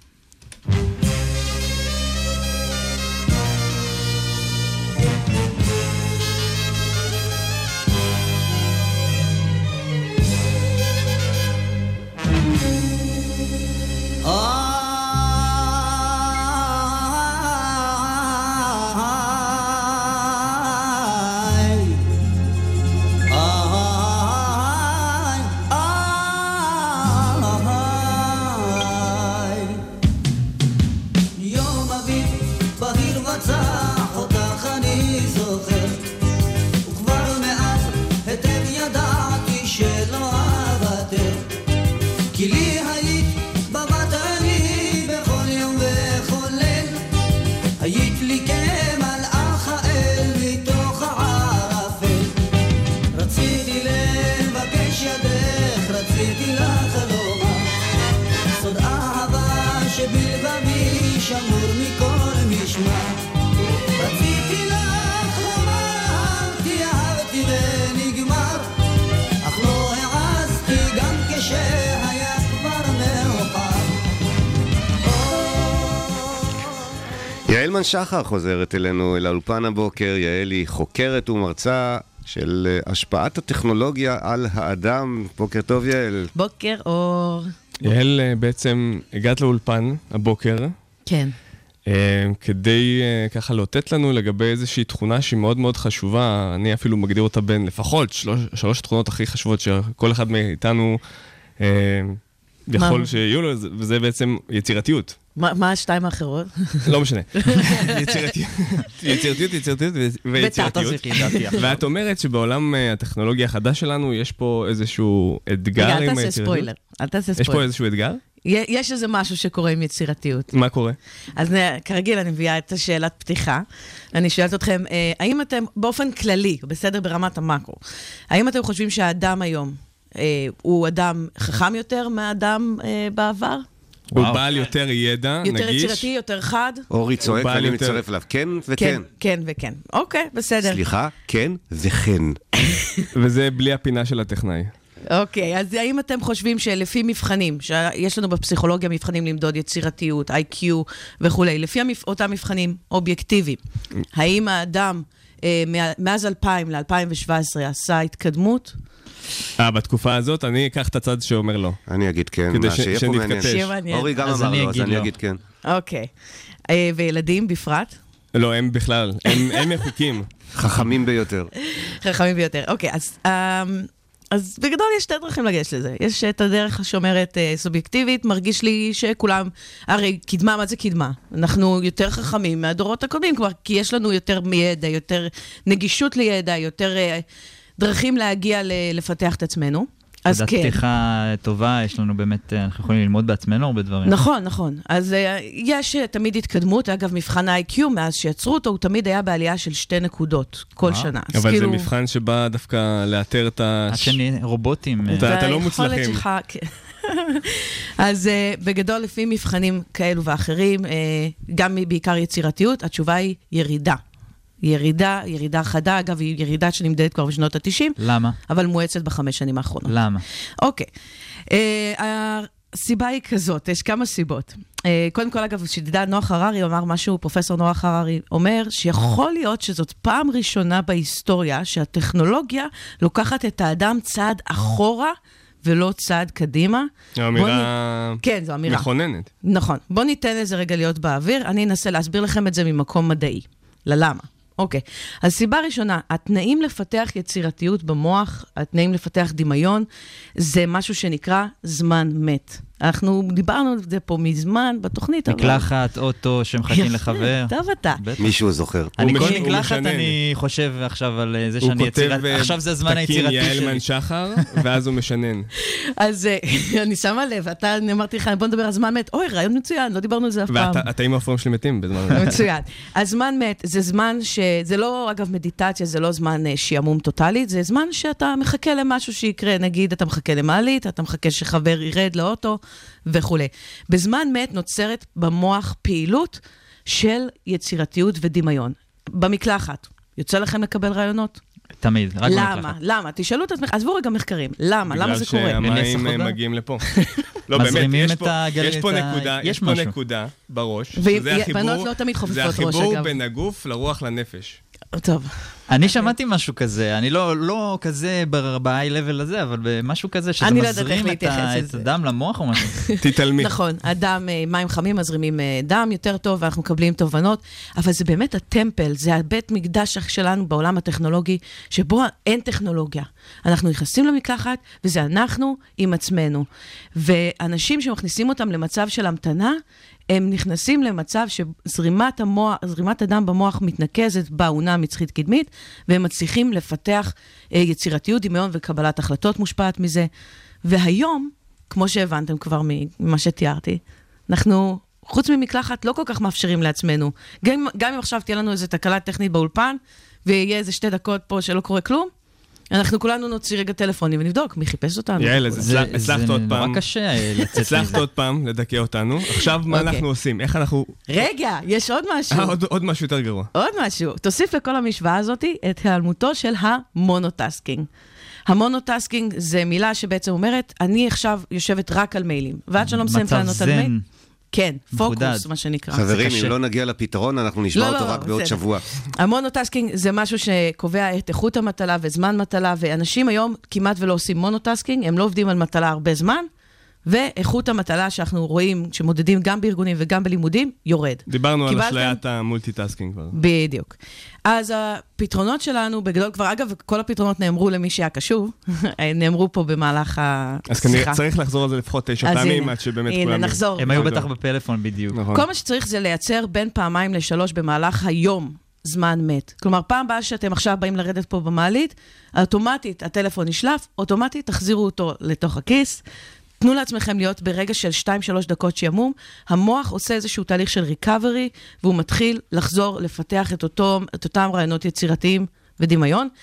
יעל שחר חוזרת אלינו אל האולפן הבוקר. יעל היא חוקרת ומרצה של השפעת הטכנולוגיה על האדם. בוקר טוב יעל. בוקר אור. יעל, בעצם הגעת לאולפן הבוקר. כן. כדי ככה לאותת לנו לגבי איזושהי תכונה שהיא מאוד מאוד חשובה. אני אפילו מגדיר אותה בין לפחות שלוש התכונות הכי חשובות שכל אחד מאיתנו יכול שיהיו לו, וזה בעצם יצירתיות. מה השתיים האחרות? לא משנה. יצירתיות ויצירתיות. ואת אומרת שבעולם הטכנולוגיה החדש שלנו יש פה איזשהו אתגר עם היצירתיות. אל תעשה ספוילר. יש פה איזשהו אתגר? יש איזה משהו שקורה עם יצירתיות. מה קורה? אז כרגיל אני מביאה את השאלת פתיחה. אני שואלת אתכם, האם אתם באופן כללי, בסדר ברמת המקרו, האם אתם חושבים שהאדם היום הוא אדם חכם יותר מהאדם בעבר? הוא בעל יותר ידע, נגיש. יותר יצירתי, יותר חד. אורי צועק ואני מצטרף אליו. כן וכן. כן וכן. אוקיי, בסדר. סליחה, כן וכן. וזה בלי הפינה של הטכנאי. אוקיי, אז האם אתם חושבים שלפי מבחנים, שיש לנו בפסיכולוגיה מבחנים למדוד יצירתיות, IQ וכולי, לפי אותם מבחנים אובייקטיביים, האם האדם מאז 2000 ל-2017 עשה התקדמות? בתקופה הזאת אני אקח את הצד שאומר לא. אני אגיד כן, כדי שיהיה פה מעניין. אורי גם אמר לא, אז אני אגיד כן. אוקיי. וילדים בפרט? לא, הם בכלל, הם מחוקים. חכמים ביותר. חכמים ביותר, אוקיי, אז בגדול יש שתי דרכים לגשת לזה. יש את הדרך שאומרת סובייקטיבית, מרגיש לי שכולם, הרי קדמה, מה זה קדמה? אנחנו יותר חכמים מהדורות הקודמים, כבר כי יש לנו יותר מידע, יותר נגישות לידע, יותר דרכים להגיע לפתח את עצמנו. אז כן. פתיחה טובה, יש לנו באמת, אנחנו יכולים ללמוד בעצמנו הרבה דברים. נכון, נכון. אז יש תמיד התקדמות, אגב, מבחן ה-IQ, מאז שיצרו אותו, הוא תמיד היה בעלייה של 2 נקודות כל שנה. אבל זה מבחן שבא דווקא לאתר את השני, רובוטים. אתה לא מוצלחים. אז בגדול, לפי מבחנים כאלו ואחרים, גם בעיקר יצירתיות, התשובה היא ירידה. ירידה חדה, אגב, היא ירידה שנמדדת כבר בשנות ה-90. למה? אבל מואצת ב5 שנים האחרונות. למה? אוקיי. הסיבה היא כזאת, יש כמה סיבות. קודם כל, אגב, שתדע, נוח הררי אמר משהו, פרופסור נוח הררי אומר, שיכול להיות שזאת פעם ראשונה בהיסטוריה, שהטכנולוגיה לוקחת את האדם צעד אחורה, ולא צעד קדימה. אמירה כן, זו אמירה. מכוננת. נכון. בוא ניתן לזה רגע להיות באוויר, אני אנסה להסביר לכם את זה ממקום מדעי. ללמה? אוקיי. אז סיבה ראשונה, התנאים לפתח יצירתיות במוח, התנאים לפתח דמיון, זה משהו שנקרא זמן מת. אנחנו דיברנו על זה פה מזמן בתוכנית. מקלחת, אוטו שמחכים לחבר. טוב אתה. מישהו זוכר. אני כל מקלחת, אני חושב עכשיו על זה שאני יצירתי. עכשיו זה הזמן היצירתי שלי. הוא כותב תקין יעלמן שחר, ואז הוא משנן. אז אני שמה לב, אני אמרתי לך, בוא נדבר על זמן מת. אוי, רעיון מצוין, לא דיברנו על זה אף פעם. והתאים האפורים שלי מתים בזמן מת. מצוין. אז זמן מת, זה זמן זה לא, אגב, מדיטציה, זה לא זמן שיעמום טוטלית, זה זמן שאתה מחכה למשהו שיקרה. נגיד, אתה מחכה למעלית, אתה מחכה שחבר ירד לאוטו, וכו'. בזמן מת נוצרת במוח פעילות של יצירתיות ודמיון. במקלחת. יוצא לכם לקבל רעיונות? תמיד, רק במקלחת. למה? למה? תשאלו את עצמך, עזבו רגע מחקרים. למה? למה זה קורה? בגלל שהמים מגיעים לפה. לא, באמת, יש פה נקודה בראש, שזה החיבור בין הגוף לרוח לנפש. טוב. אני שמעתי משהו כזה, אני לא כזה ב-high level הזה, אבל במשהו כזה, שזה מזרים את הדם למוח או משהו. תתעלמי. נכון, הדם, מים חמים מזרימים דם יותר טוב, ואנחנו מקבלים תובנות, אבל זה באמת הטמפל, זה הבית מקדש שלנו בעולם הטכנולוגי, שבו אין טכנולוגיה. אנחנו נכנסים למקלחת, וזה אנחנו עם עצמנו. ואנשים שמכניסים אותם למצב של המתנה, הם נכנסים למצב שזרימת הדם במוח מתנקזת באונה מצחית קדמית, והם מצליחים לפתח יצירתיות, דמיון וקבלת החלטות מושפעת מזה. והיום, כמו שהבנתם כבר ממה שתיארתי, אנחנו, חוץ ממקלחת, לא כל כך מאפשרים לעצמנו. גם אם עכשיו תהיה לנו איזו תקלה טכנית באולפן, ויהיה איזה 2 דקות פה שלא קורה כלום, אנחנו כולנו נוציא רגע טלפונים ונבדוק מי חיפש אותנו. יעל, הצלחת עוד פעם. זה נורא קשה לצאת מזה. הצלחת עוד פעם לדכא אותנו. עכשיו מה אנחנו עושים? איך אנחנו... רגע, יש עוד משהו. עוד משהו יותר גרוע. עוד משהו. תוסיף לכל המשוואה הזאת את היעלמותו של המונוטסקינג. המונוטסקינג זה מילה שבעצם אומרת, אני עכשיו יושבת רק על מיילים. ועד שלא מסיים לענות על מייל. כן, פוקוס, מה שנקרא. חברים, אם לא נגיע לפתרון, אנחנו נשמע אותו רק בעוד שבוע. המונוטסקינג זה משהו שקובע את איכות המטלה וזמן מטלה, ואנשים היום כמעט ולא עושים מונוטסקינג, הם לא עובדים על מטלה הרבה זמן, ואיכות המטלה שאנחנו רואים, שמודדים גם בארגונים וגם בלימודים, יורד. דיברנו על אשליית המולטיטסקינג כבר. בדיוק. אז הפתרונות שלנו, בגדול כבר, אגב, כל הפתרונות נאמרו למי שהיה קשוב, נאמרו פה במהלך השיחה. אז כנראה צריך לחזור על זה לפחות 9 פעמים, עד שבאמת כולם... הנה, נחזור. הם היו בטח בפלאפון בדיוק. כל מה שצריך זה לייצר בין 2-3 במהלך היום זמן מת. כלומר, פעם הבאה שאתם עכשיו באים לרדת פה במעלית, אוטומטית הטלפון נשלף, אוטומטית תחזירו אותו לתוך הכיס, תנו לעצמכם להיות ברגע של 2-3 דקות שימום, המוח עושה איזשהו תהליך של ריקאברי, והוא מתחיל לחזור לפתח את אותם רעיונות יצירתיים ודמיון.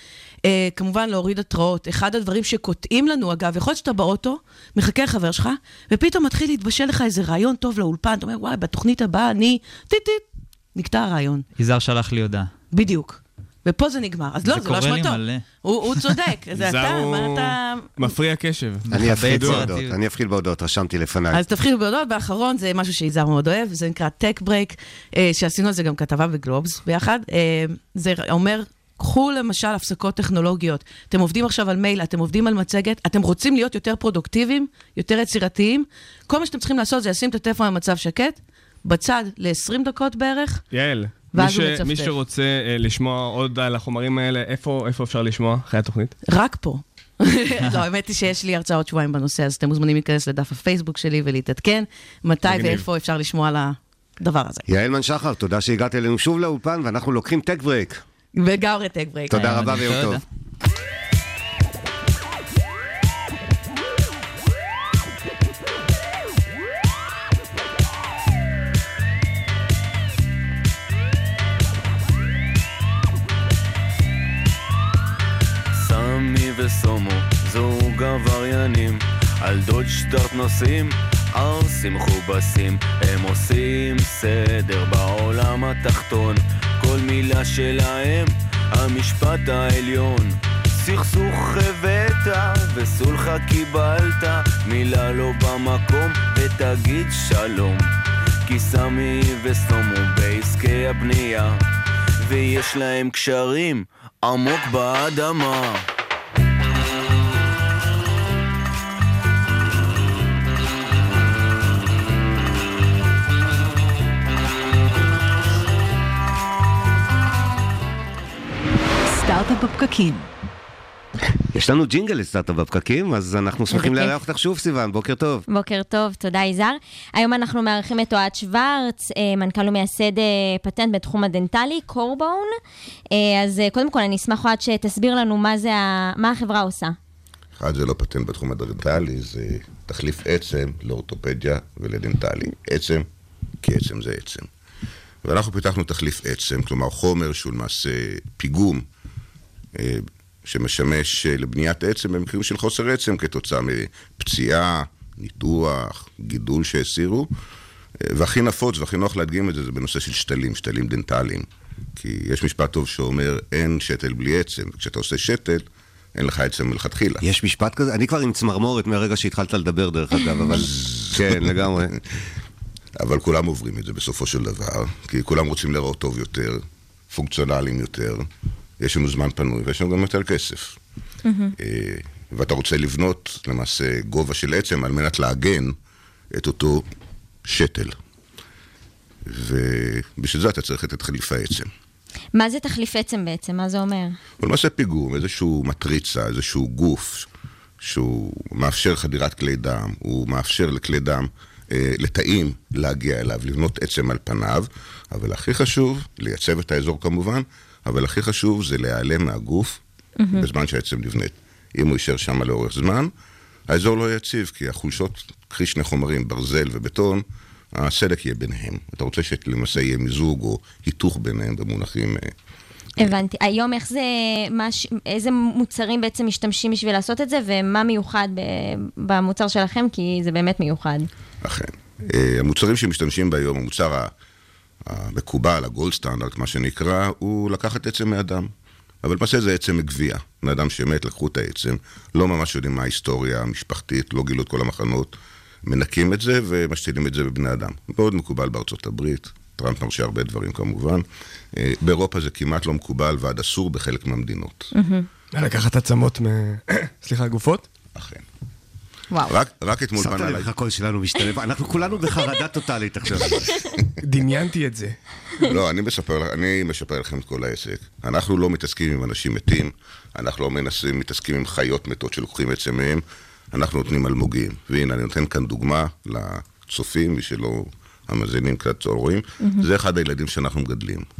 כמובן להוריד התראות. אחד הדברים שקוטעים לנו, אגב, יכול להיות שאתה באוטו, מחכה לחבר שלך, ופתאום מתחיל להתבשל לך איזה רעיון טוב לאולפן, אתה אומר, וואי, בתוכנית הבאה אני, נקטע הרעיון. יזהר שלח לי הודעה. בדיוק. ופה זה נגמר. אז לא, זה לא אשמתו. הוא צודק. זה אתה, מה אתה... מפריע קשב. אני אפחיל בהודעות, רשמתי לפניי. אז תפחיל בהודעות, באחרון זה משהו שיזהר מאוד אוהב, זה נקרא טק ברייק, שעשינו על זה גם כתבה בגלובס ביחד. זה אומר, קחו למשל הפסקות טכנולוגיות. אתם עובדים עכשיו על מייל, אתם עובדים על מצגת, אתם רוצים להיות יותר פרודוקטיביים, יותר יצירתיים. כל מה שאתם צריכים לעשות זה לשים את הטלפון במצב שקט, בצד ל-20 דקות בערך. יעל. מי שרוצה לשמוע עוד על החומרים האלה, איפה אפשר לשמוע אחרי התוכנית? רק פה. לא, האמת היא שיש לי הרצאות שבועיים בנושא, אז אתם מוזמנים להיכנס לדף הפייסבוק שלי ולהתעדכן מתי ואיפה אפשר לשמוע על הדבר הזה. יעל מן שחר, תודה שהגעת אלינו שוב לאולפן, ואנחנו לוקחים טק ברייק. וגאורי טק ברייק. תודה רבה ויום טוב. וסומו, זוג עבריינים על דוד שטרט נוסעים, ערסים מכובסים, הם עושים סדר בעולם התחתון, כל מילה שלהם המשפט העליון, סכסוך הבאת וסולחה קיבלת, מילה לא במקום ותגיד שלום, כי סמי וסומו בעסקי הבנייה ויש להם קשרים עמוק באדמה. סטארט-אפ בפקקים. יש לנו ג'ינגל לסטארט-אפ בפקקים, אז אנחנו שמחים לארח אותך שוב, סיוון. בוקר טוב. בוקר טוב, תודה יזהר. היום אנחנו מארחים את אוהד שוורץ, מנכ"ל ומייסד פטנט בתחום הדנטלי, קורבון. אז קודם כל אני אשמח אוהד שתסביר לנו מה החברה עושה. אחד, זה לא פטנט בתחום הדנטלי, זה תחליף עצם לאורתופדיה ולדנטלי. עצם, כי עצם זה עצם. ואנחנו פיתחנו תחליף עצם, כלומר חומר שהוא למעשה פיגום, שמשמש לבניית עצם במקרים של חוסר עצם, כתוצאה מפציעה, ניתוח, גידול שהסירו, והכי נפוץ והכי נוח להדגים את זה, זה בנושא של שתלים דנטליים. כי יש משפט טוב שאומר, אין שתל בלי עצם, וכשאתה עושה שתל, אין לך עצם מלכתחילה. יש משפט כזה? אני כבר עם צמרמורת מהרגע שהתחלת לדבר דרך אגב, אבל כן, לגמרי. אבל כולם עוברים את זה בסופו של דבר, כי כולם רוצים לראות טוב יותר, פונקציונליים יותר, יש לנו זמן פנוי ויש לנו גם יותר כסף. ואתה רוצה לבנות למעשה גובה של עצם על מנת להגן את אותו שתל. ובשביל זה אתה צריך את תחליף העצם. מה זה תחליף עצם בעצם? מה זה אומר? הוא למעשה פיגום, איזשהו מטריצה, איזשהו גוף שהוא מאפשר חדירת כלי דם, הוא מאפשר לכלי דם לתאים להגיע אליו, לבנות עצם על פניו, אבל הכי חשוב, לייצב את האזור כמובן, אבל הכי חשוב זה להיעלם מהגוף בזמן שהעצם נבנית. אם הוא יישאר שם לאורך זמן, האזור לא יציב, כי החולשות, קחי שני חומרים, ברזל ובטון, הסדק יהיה ביניהם. אתה רוצה שלמעשה יהיה מיזוג או היתוך ביניהם במונחים... הבנתי. היום איזה מוצרים בעצם משתמשים בשביל לעשות את זה, ומה מיוחד במוצר שלכם, כי זה באמת מיוחד. אכן. המוצרים שמשתמשים ביום, המוצר המקובל, הגולד סטנדרט, מה שנקרא, הוא לקחת עצם מאדם. אבל למעשה זה עצם מגביע. מאדם שמת, לקחו את העצם, לא ממש יודעים מה ההיסטוריה המשפחתית, לא גילו את כל המחנות, מנקים את זה ומשתילים את זה בבני אדם. מאוד מקובל בארצות הברית, טראמפ מרשה הרבה דברים כמובן. באירופה זה כמעט לא מקובל ועד אסור בחלק מהמדינות. לקחת עצמות גופות? אכן. וואו. רק אתמול פנה עליי. סרט לך הקול שלנו משתלב. אנחנו כולנו בחרדה טוטלית עכשיו. דמיינתי את זה. לא, אני משפר לכם את כל העסק. אנחנו לא מתעסקים עם אנשים מתים, אנחנו לא מתעסקים עם חיות מתות שלוקחים עצם מהם, אנחנו נותנים אלמוגים. והנה, אני נותן כאן דוגמה לצופים, מי שלא המאזינים קצת רואים. זה אחד הילדים שאנחנו מגדלים.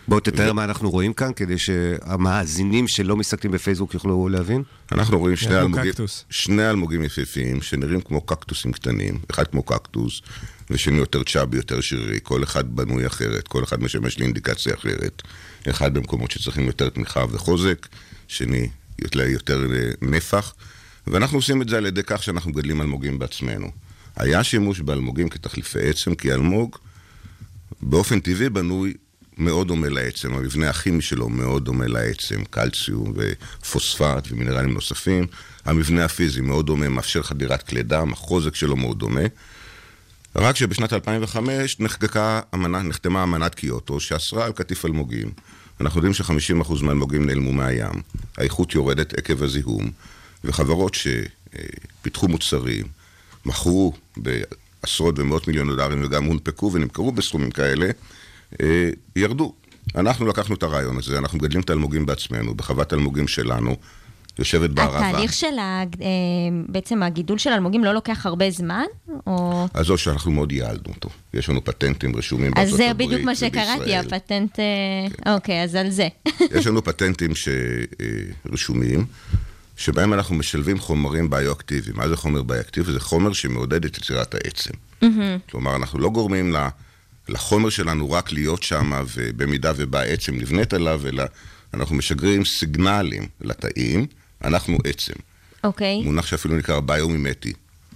בואו תתאר מה אנחנו רואים כאן, כדי שהמאזינים שלא מסתכלים בפייסבוק יוכלו להבין. אנחנו רואים שני אלמוגים יפיפיים, שנראים כמו קקטוסים קטנים, אחד כמו קקטוס, ושני יותר צ'אבי, יותר שרירי, כל אחד בנוי אחרת, כל אחד משמש לאינדיקציה אחרת. אחד במקומות שצריכים יותר תמיכה וחוזק, שני יותר נפח, ואנחנו עושים את זה על ידי כך שאנחנו גדלים אלמוגים בעצמנו. היה שימוש באלמוגים כתחליפי עצם, כי אלמוג באופן טבעי בנוי מאוד דומה לעצם, המבנה הכימי שלו מאוד דומה לעצם, קלציום ופוספט ומינרלים נוספים. המבנה הפיזי מאוד דומה, מאפשר חדירת כלי דם, החוזק שלו מאוד דומה. רק שבשנת 2005 נחתמה אמנת קיוטו שאסרה על קטיף אלמוגים. אנחנו יודעים ש50% מהאלמוגים נעלמו מהים, האיכות יורדת עקב הזיהום, וחברות שפיתחו מוצרים, מכרו בעשרות ומאות מיליון דולרים וגם הונפקו ונמכרו בסכומים כאלה, ירדו. אנחנו לקחנו את הרעיון הזה, אנחנו מגדלים את האלמוגים בעצמנו, בחוות האלמוגים שלנו, יושבת בערבה. התהליך של בעצם הגידול של האלמוגים לא לוקח הרבה זמן? אז זו שאנחנו מאוד ייעלנו אותו. יש לנו פטנטים רשומים בארצות הברית ובישראל. אז זה בדיוק מה שקראתי, הפטנט... אוקיי, אז על זה. יש לנו פטנטים שרשומים, שבהם אנחנו משלבים חומרים ביואקטיביים. מה זה חומר ביואקטיבי? זה חומר שמעודד את יצירת העצם. כלומר, אנחנו לא גורמים לחומר שלנו רק להיות שם, ובמידה ובא עצם נבנית עליו, אלא אנחנו משגרים סיגנלים לתאים, אנחנו עצם. אוקיי. מונח שאפילו נקרא ביומימטי.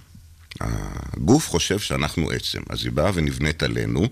הגוף חושב שאנחנו עצם, אז היא באה ונבנית עלינו,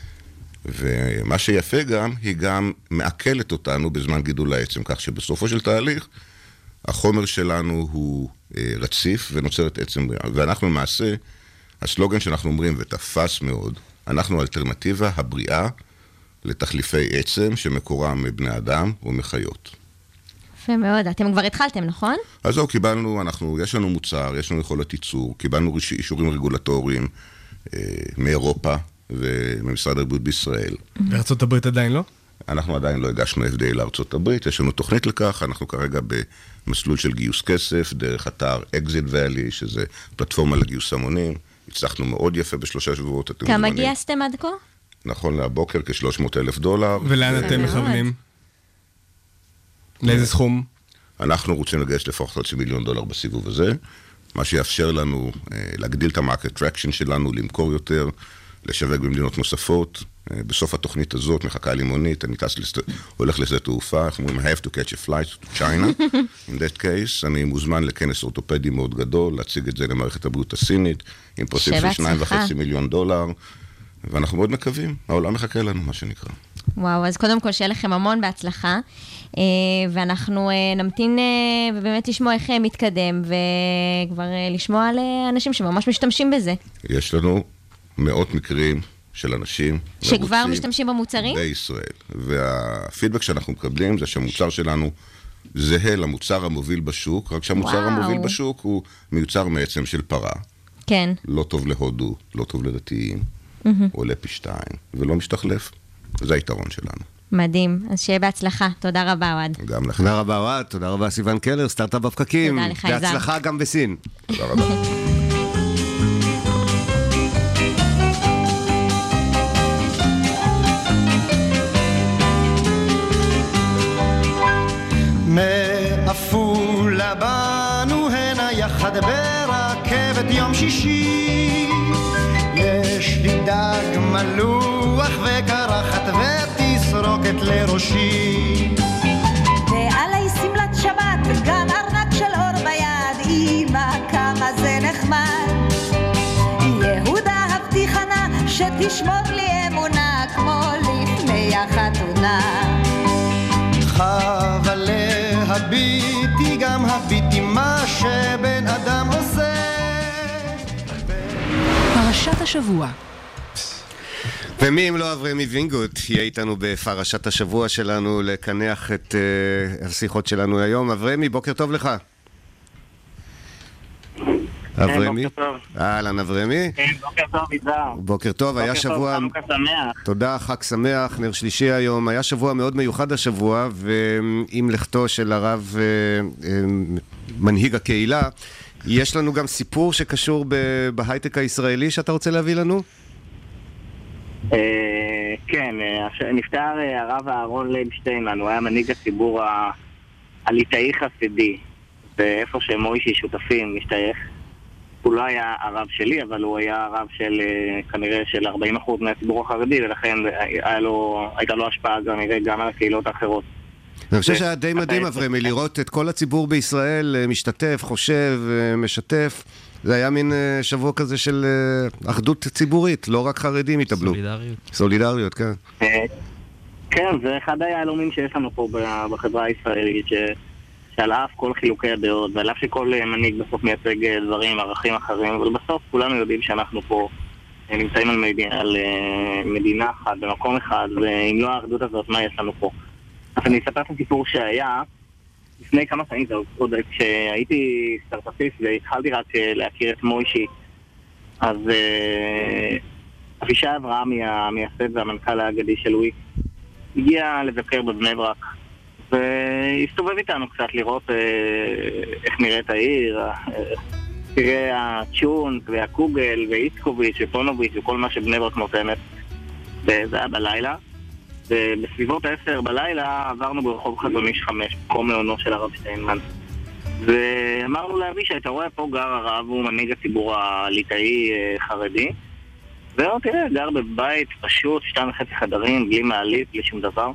ומה שיפה גם, היא גם מעכלת אותנו בזמן גידול העצם, כך שבסופו של תהליך, החומר שלנו הוא רציף ונוצרת עצם בריאה. ואנחנו למעשה, הסלוגן שאנחנו אומרים, ותפס מאוד, אנחנו אלטרנטיבה הבריאה לתחליפי עצם שמקורם מבני אדם ומחיות. יפה מאוד. אתם כבר התחלתם, נכון? אז זהו, קיבלנו, יש לנו מוצר, יש לנו יכולת ייצור, קיבלנו אישורים רגולטוריים מאירופה וממשרד הבריאות בישראל. בארצות הברית עדיין לא? אנחנו עדיין לא הגשנו FDA לארצות הברית, יש לנו תוכנית לכך, אנחנו כרגע במסלול של גיוס כסף, דרך אתר Exit Valley, שזה פלטפורמה לגיוס המונים, הצלחנו מאוד יפה ב3 שבועות. כמה גייסתם עד כה? נכון, להבוקר כ$300,000. ולאן אתם מכוונים? לאיזה סכום? אנחנו רוצים לגייס לפחות $500,000 בסיבוב הזה, מה שיאפשר לנו להגדיל את המרקט טרקשן שלנו, למכור יותר, לשווק במדינות נוספות. בסוף התוכנית הזאת מחכה לימונית, אני הולך לשדה תעופה, אנחנו אומרים, I have to catch a flight to China. In that case, אני מוזמן לכנס אורתופדי מאוד גדול, להציג את זה למערכת הבריאות הסינית, עם פרסים של $2.5 מיליון, ואנחנו מאוד מקווים, העולם מחכה לנו, מה שנקרא. וואו, אז קודם כל שיהיה לכם המון בהצלחה, ואנחנו נמתין ובאמת לשמוע איך מתקדם, וכבר לשמוע על אנשים שממש משתמשים בזה. יש לנו מאות מקרים של אנשים שכבר משתמשים במוצרים? בישראל. והפידבק שאנחנו מקבלים זה שהמוצר שלנו זהה למוצר המוביל בשוק, רק שהמוצר המוביל בשוק הוא מיוצר מעצם של פרה. כן. לא טוב להודו, לא טוב לדתיים, עולה פי 2, ולא משתחלף. זה היתרון שלנו. מדהים. אז שיהיה בהצלחה. תודה רבה, אוהד. גם לך. תודה רבה, אוהד. תודה רבה, סיוון קלר, סטארט-אפ בפקקים. תודה לך, איזם. בהצלחה גם בסין. תודה רבה. מעפולה באנו הנה יחד ברכבת יום שישי, יש לי דג מלוח וקרחת ותסרוקת לראשי, ועלי סמלת שבת וגם ארנק של אור ביד, אמא כמה זה נחמד, יהודה הבטיחנה שתשמור לי אמונה כמו לפני החתונה, חבל להביטי גם הביטי מה שבן אדם עושה. פרשת השבוע. ומי אם לא אברמי וינגוט יהיה איתנו בפרשת השבוע שלנו לקנח את השיחות שלנו היום. אברמי, בוקר טוב לך. אברמי? בוקר טוב. אהלן, אברמי. בוקר טוב, יזהר. בוקר טוב, היה שבוע... בוקר טוב, חנוכה שמח. תודה, חג שמח, נר שלישי היום. היה שבוע מאוד מיוחד השבוע, ועם לכתו של הרב מנהיג הקהילה, יש לנו גם סיפור שקשור בהייטק הישראלי שאתה רוצה להביא לנו? כן, נפטר הרב אהרון ליבשטיינמן, הוא היה מנהיג הציבור הליטאי חסידי, ואיפה שמוישי שותפים משתייך. הוא לא היה הרב שלי, אבל הוא היה הרב של כנראה של 40% מהציבור החרדי, ולכן הייתה לו השפעה גם על הקהילות האחרות. אני חושב שהיה די מדהים, אברמי, לראות את כל הציבור בישראל משתתף, חושב, משתף. זה היה מין שבוע כזה של אחדות ציבורית, לא רק חרדים התאבלו. סולידריות, כן. כן, זה אחד היהלומים שיש לנו פה בחברה הישראלית, שעל אף כל חילוקי הדעות, ועל אף שכל מנהיג בסוף מייצג דברים, ערכים אחרים, אבל בסוף כולנו יודעים שאנחנו פה נמצאים על מדינה אחת, במקום אחד, ואם לא האחדות הזאת, מה יש לנו פה? אז אני אספר את הסיפור שהיה לפני כמה שנים, עוד כשהייתי סטארט-אפיסט והתחלתי רק להכיר את מוישי, אז אבישי אברהם, המייסד והמנכ"ל האגדי של וויקס, הגיע לבקר בבני ברק, והסתובב איתנו קצת לראות איך נראית העיר, תראה הצ'ונט והקוגל ואיצקוביץ' ופונוביץ' וכל מה שבני ברק נותנת. זה היה בלילה. ובסביבות 10 בלילה עברנו ברחוב חזון איש 5, מקום מעונו של הרב שטיינמן. ואמרנו לאבישי, אתה רואה פה גר הרב, הוא מנהיג הציבור הליטאי חרדי. והוא תראה, גר בבית פשוט, 2.5 חדרים, בלי מעלית, בלי שום דבר.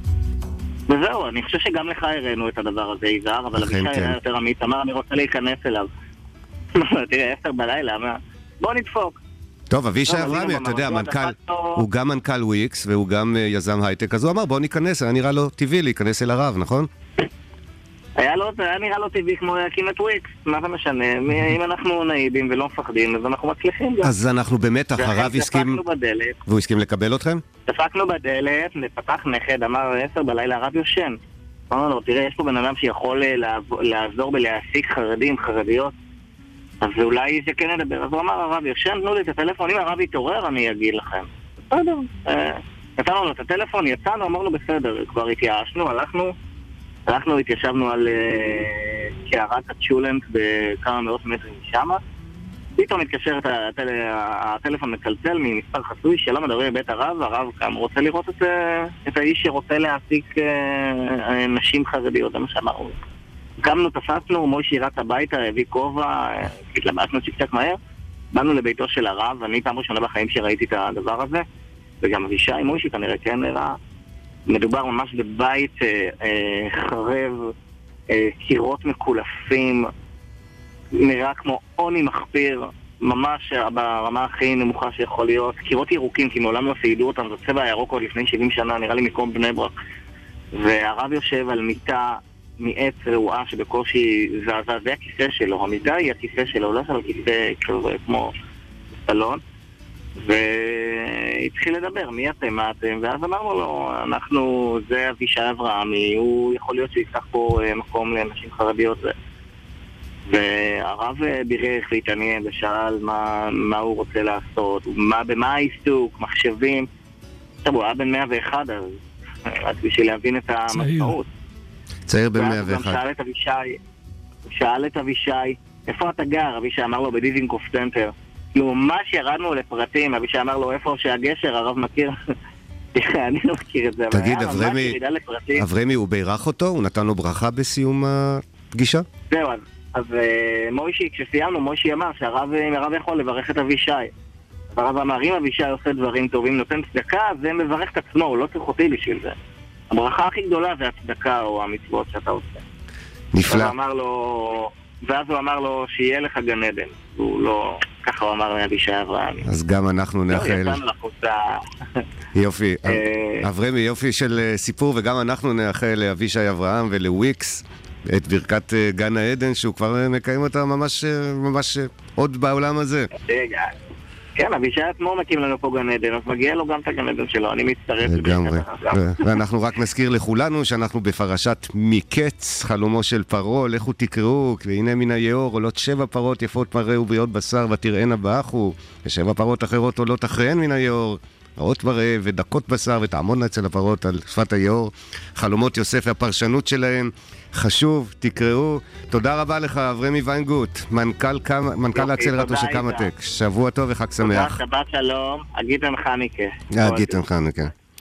וזהו, אני חושב שגם לך הראינו את הדבר הזה, יזהר, אבל אבישי היה יותר אמיץ, אמר, אני רוצה להיכנס אליו. תראה, 10 בלילה, בוא נדפוק. טוב, אבישי אברמי, אתה יודע, הוא גם מנכ"ל וויקס והוא גם יזם הייטק, אז הוא אמר, בוא ניכנס, היה נראה לו טבעי להיכנס אל הרב, נכון? היה נראה לו טבעי כמו להקים את וויקס, מה זה משנה? אם אנחנו נעידים ולא מפחדים, אז אנחנו מצליחים גם. אז אנחנו באמת, הרב הסכים, והוא הסכים לקבל אתכם? דפקנו בדלת, פתח נכד, אמר 10 בלילה, הרב יושן. אמרנו לו, תראה, יש פה בן אדם שיכול לעזור בלהעסיק חרדים, חרדיות. אז אולי זה כן נדבר. אז הוא אמר, הרב יושן, תנו לי את הטלפון, אם הרב יתעורר, אני אגיד לכם. בסדר. נתנו לו את הטלפון, יצאנו, אמרנו בסדר, כבר התייאשנו, הלכנו, התיישבנו על קערת הצ'ולנט בכמה מאות מטרים משם. פתאום מתקשר הטלפון מצלצל ממספר חסוי, שלום, מדברים בבית הרב, הרב גם רוצה לראות את האיש שרוצה להעסיק נשים חרדיות, זה מה שאמרנו. קמנו, תפסנו, מוישי רץ הביתה, הביא כובע, התלבטנו צ'ק מהר, באנו לביתו של הרב, אני פעם ראשונה בחיים שראיתי את הדבר הזה, וגם אבישי, מוישי כנראה כן נראה, מדובר ממש בבית חרב, קירות מקולפים, נראה כמו עוני מחפיר, ממש ברמה הכי נמוכה שיכול להיות, קירות ירוקים, כי מעולם לא סעידו אותם, זה צבע הירוק עוד לפני 70 שנה, נראה לי מקום בני ברק, והרב יושב על מיטה מעץ רעועה שבקושי זזה, זה הכיסא שלו, המידה היא הכיסא שלו, לא של הכיסא כמו סלון, והתחיל לדבר, מי אתם, מה אתם, ואז אמרנו לו, זה אבישי אברהמי, הוא יכול להיות שיפתח פה מקום לנשים חרדיות, והרב בירך והתעניין ושאל מה הוא רוצה לעשות, במה העיסוק, מחשבים, עכשיו הוא היה בן 101, אז רק בשביל להבין את המשמעות. צעיר בן 101. ואז הוא גם שאל את אבישי, איפה אתה גר? אבישי אמר לו בדיזינגוף סנטר. ממש ירדנו לפרטים, אבישי אמר לו איפה שהגשר, הרב מכיר. אני לא מכיר את זה. תגיד, אברמי, הוא בירך אותו? הוא נתן לו ברכה בסיום הפגישה? זהו, אז מוישי, כשסיימנו, מוישי אמר שהרב יכול לברך את אבישי. הרב אמר, אם אבישי עושה דברים טובים, נותן צדקה, זה מברך את עצמו, הוא לא צריך אותי בשביל זה. הברכה הכי גדולה זה הצדקה או המצוות שאתה עושה. נפלא. ואז הוא אמר לו שיהיה לך גן עדן. הוא לא, ככה הוא אמר לאבישי אברהם. אז גם אנחנו נאחל. יצאנו לחוצה. יופי. אברמי, יופי של סיפור, וגם אנחנו נאחל לאבישי אברהם ולוויקס את ברכת גן העדן, שהוא כבר מקיים אותה ממש עוד בעולם הזה. רגע. כן, אבישי עצמו מקים לנו פה גן עדן, אז מגיע לו גם את הגן עדן שלו, אני מצטרף. לגמרי. ואנחנו רק נזכיר לכולנו שאנחנו בפרשת מקץ, חלומו של פרעה, לכו תקראו, והנה מן היאור עולות 7 פרות יפות מראה ובריאות בשר ותראינה באחו, ו7 פרות אחרות עולות אחריהן מן היאור, רעות מראה ודקות בשר ותעמודנה אצל הפרות על שפת היאור. חלומות יוסף והפרשנות שלהם. חשוב, תקראו. תודה רבה לך, אברמי ויינגוט, מנכ"ל האקסלרטור של קמא-טק. שבוע טוב וחג שמח. תודה, שבת שלום, אגיטן חניקה. אגיטן חניקה.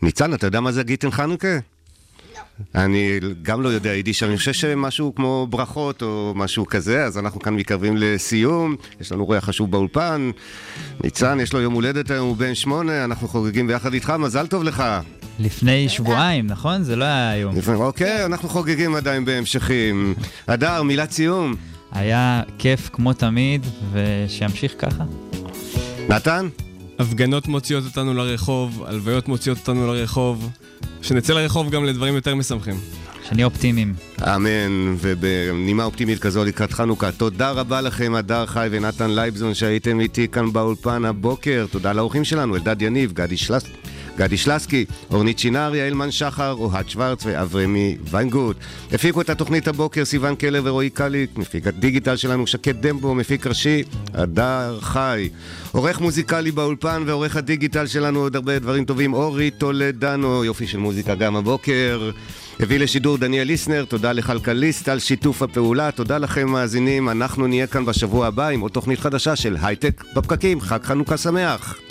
ניצן, אתה יודע מה זה גיטן חנוכה? אני גם לא יודע יידיש, אני חושב שמשהו כמו ברכות או משהו כזה, אז אנחנו כאן מתקרבים לסיום, יש לנו ריח חשוב באולפן, ניצן, יש לו יום הולדת היום, הוא בן 8, אנחנו חוגגים ביחד איתך, מזל טוב לך. לפני שבועיים, נכון? זה לא היה היום. אוקיי, אנחנו חוגגים עדיין בהמשכים. אדר, מילת סיום. היה כיף כמו תמיד, ושימשיך ככה. נתן? הפגנות מוציאות אותנו לרחוב, הלוויות מוציאות אותנו לרחוב, שנצא לרחוב גם לדברים יותר משמחים. שנהיה אופטימיים. אמן, ובנימה אופטימית כזו לקראת חנוכה. תודה רבה לכם, אדר חי ונתן לייבזון, שהייתם איתי כאן באולפן הבוקר. תודה לאורחים שלנו, אלדד יניב, גדי שלסקי, אורנית שינר, יעלמן שחר, אוהד שוורץ ואברמי ויינגוט. הפיקו את התוכנית הבוקר סיוון קלר ורועי קליק, מפיק הדיגיטל שלנו שקט דמבו, מפיק ראשי אדר חי, עורך מוזיקלי באולפן ועורך הדיגיטל שלנו עוד הרבה דברים טובים, אורי טולדנו, יופי של מוזיקה גם הבוקר. הביא לשידור דניאל ליסנר, תודה לכלכליסט על שיתוף הפעולה, תודה לכם מאזינים, אנחנו נהיה כאן בשבוע הבא עם עוד תוכנית חדשה של הייטק בפקקים. חג חנוכה שמח.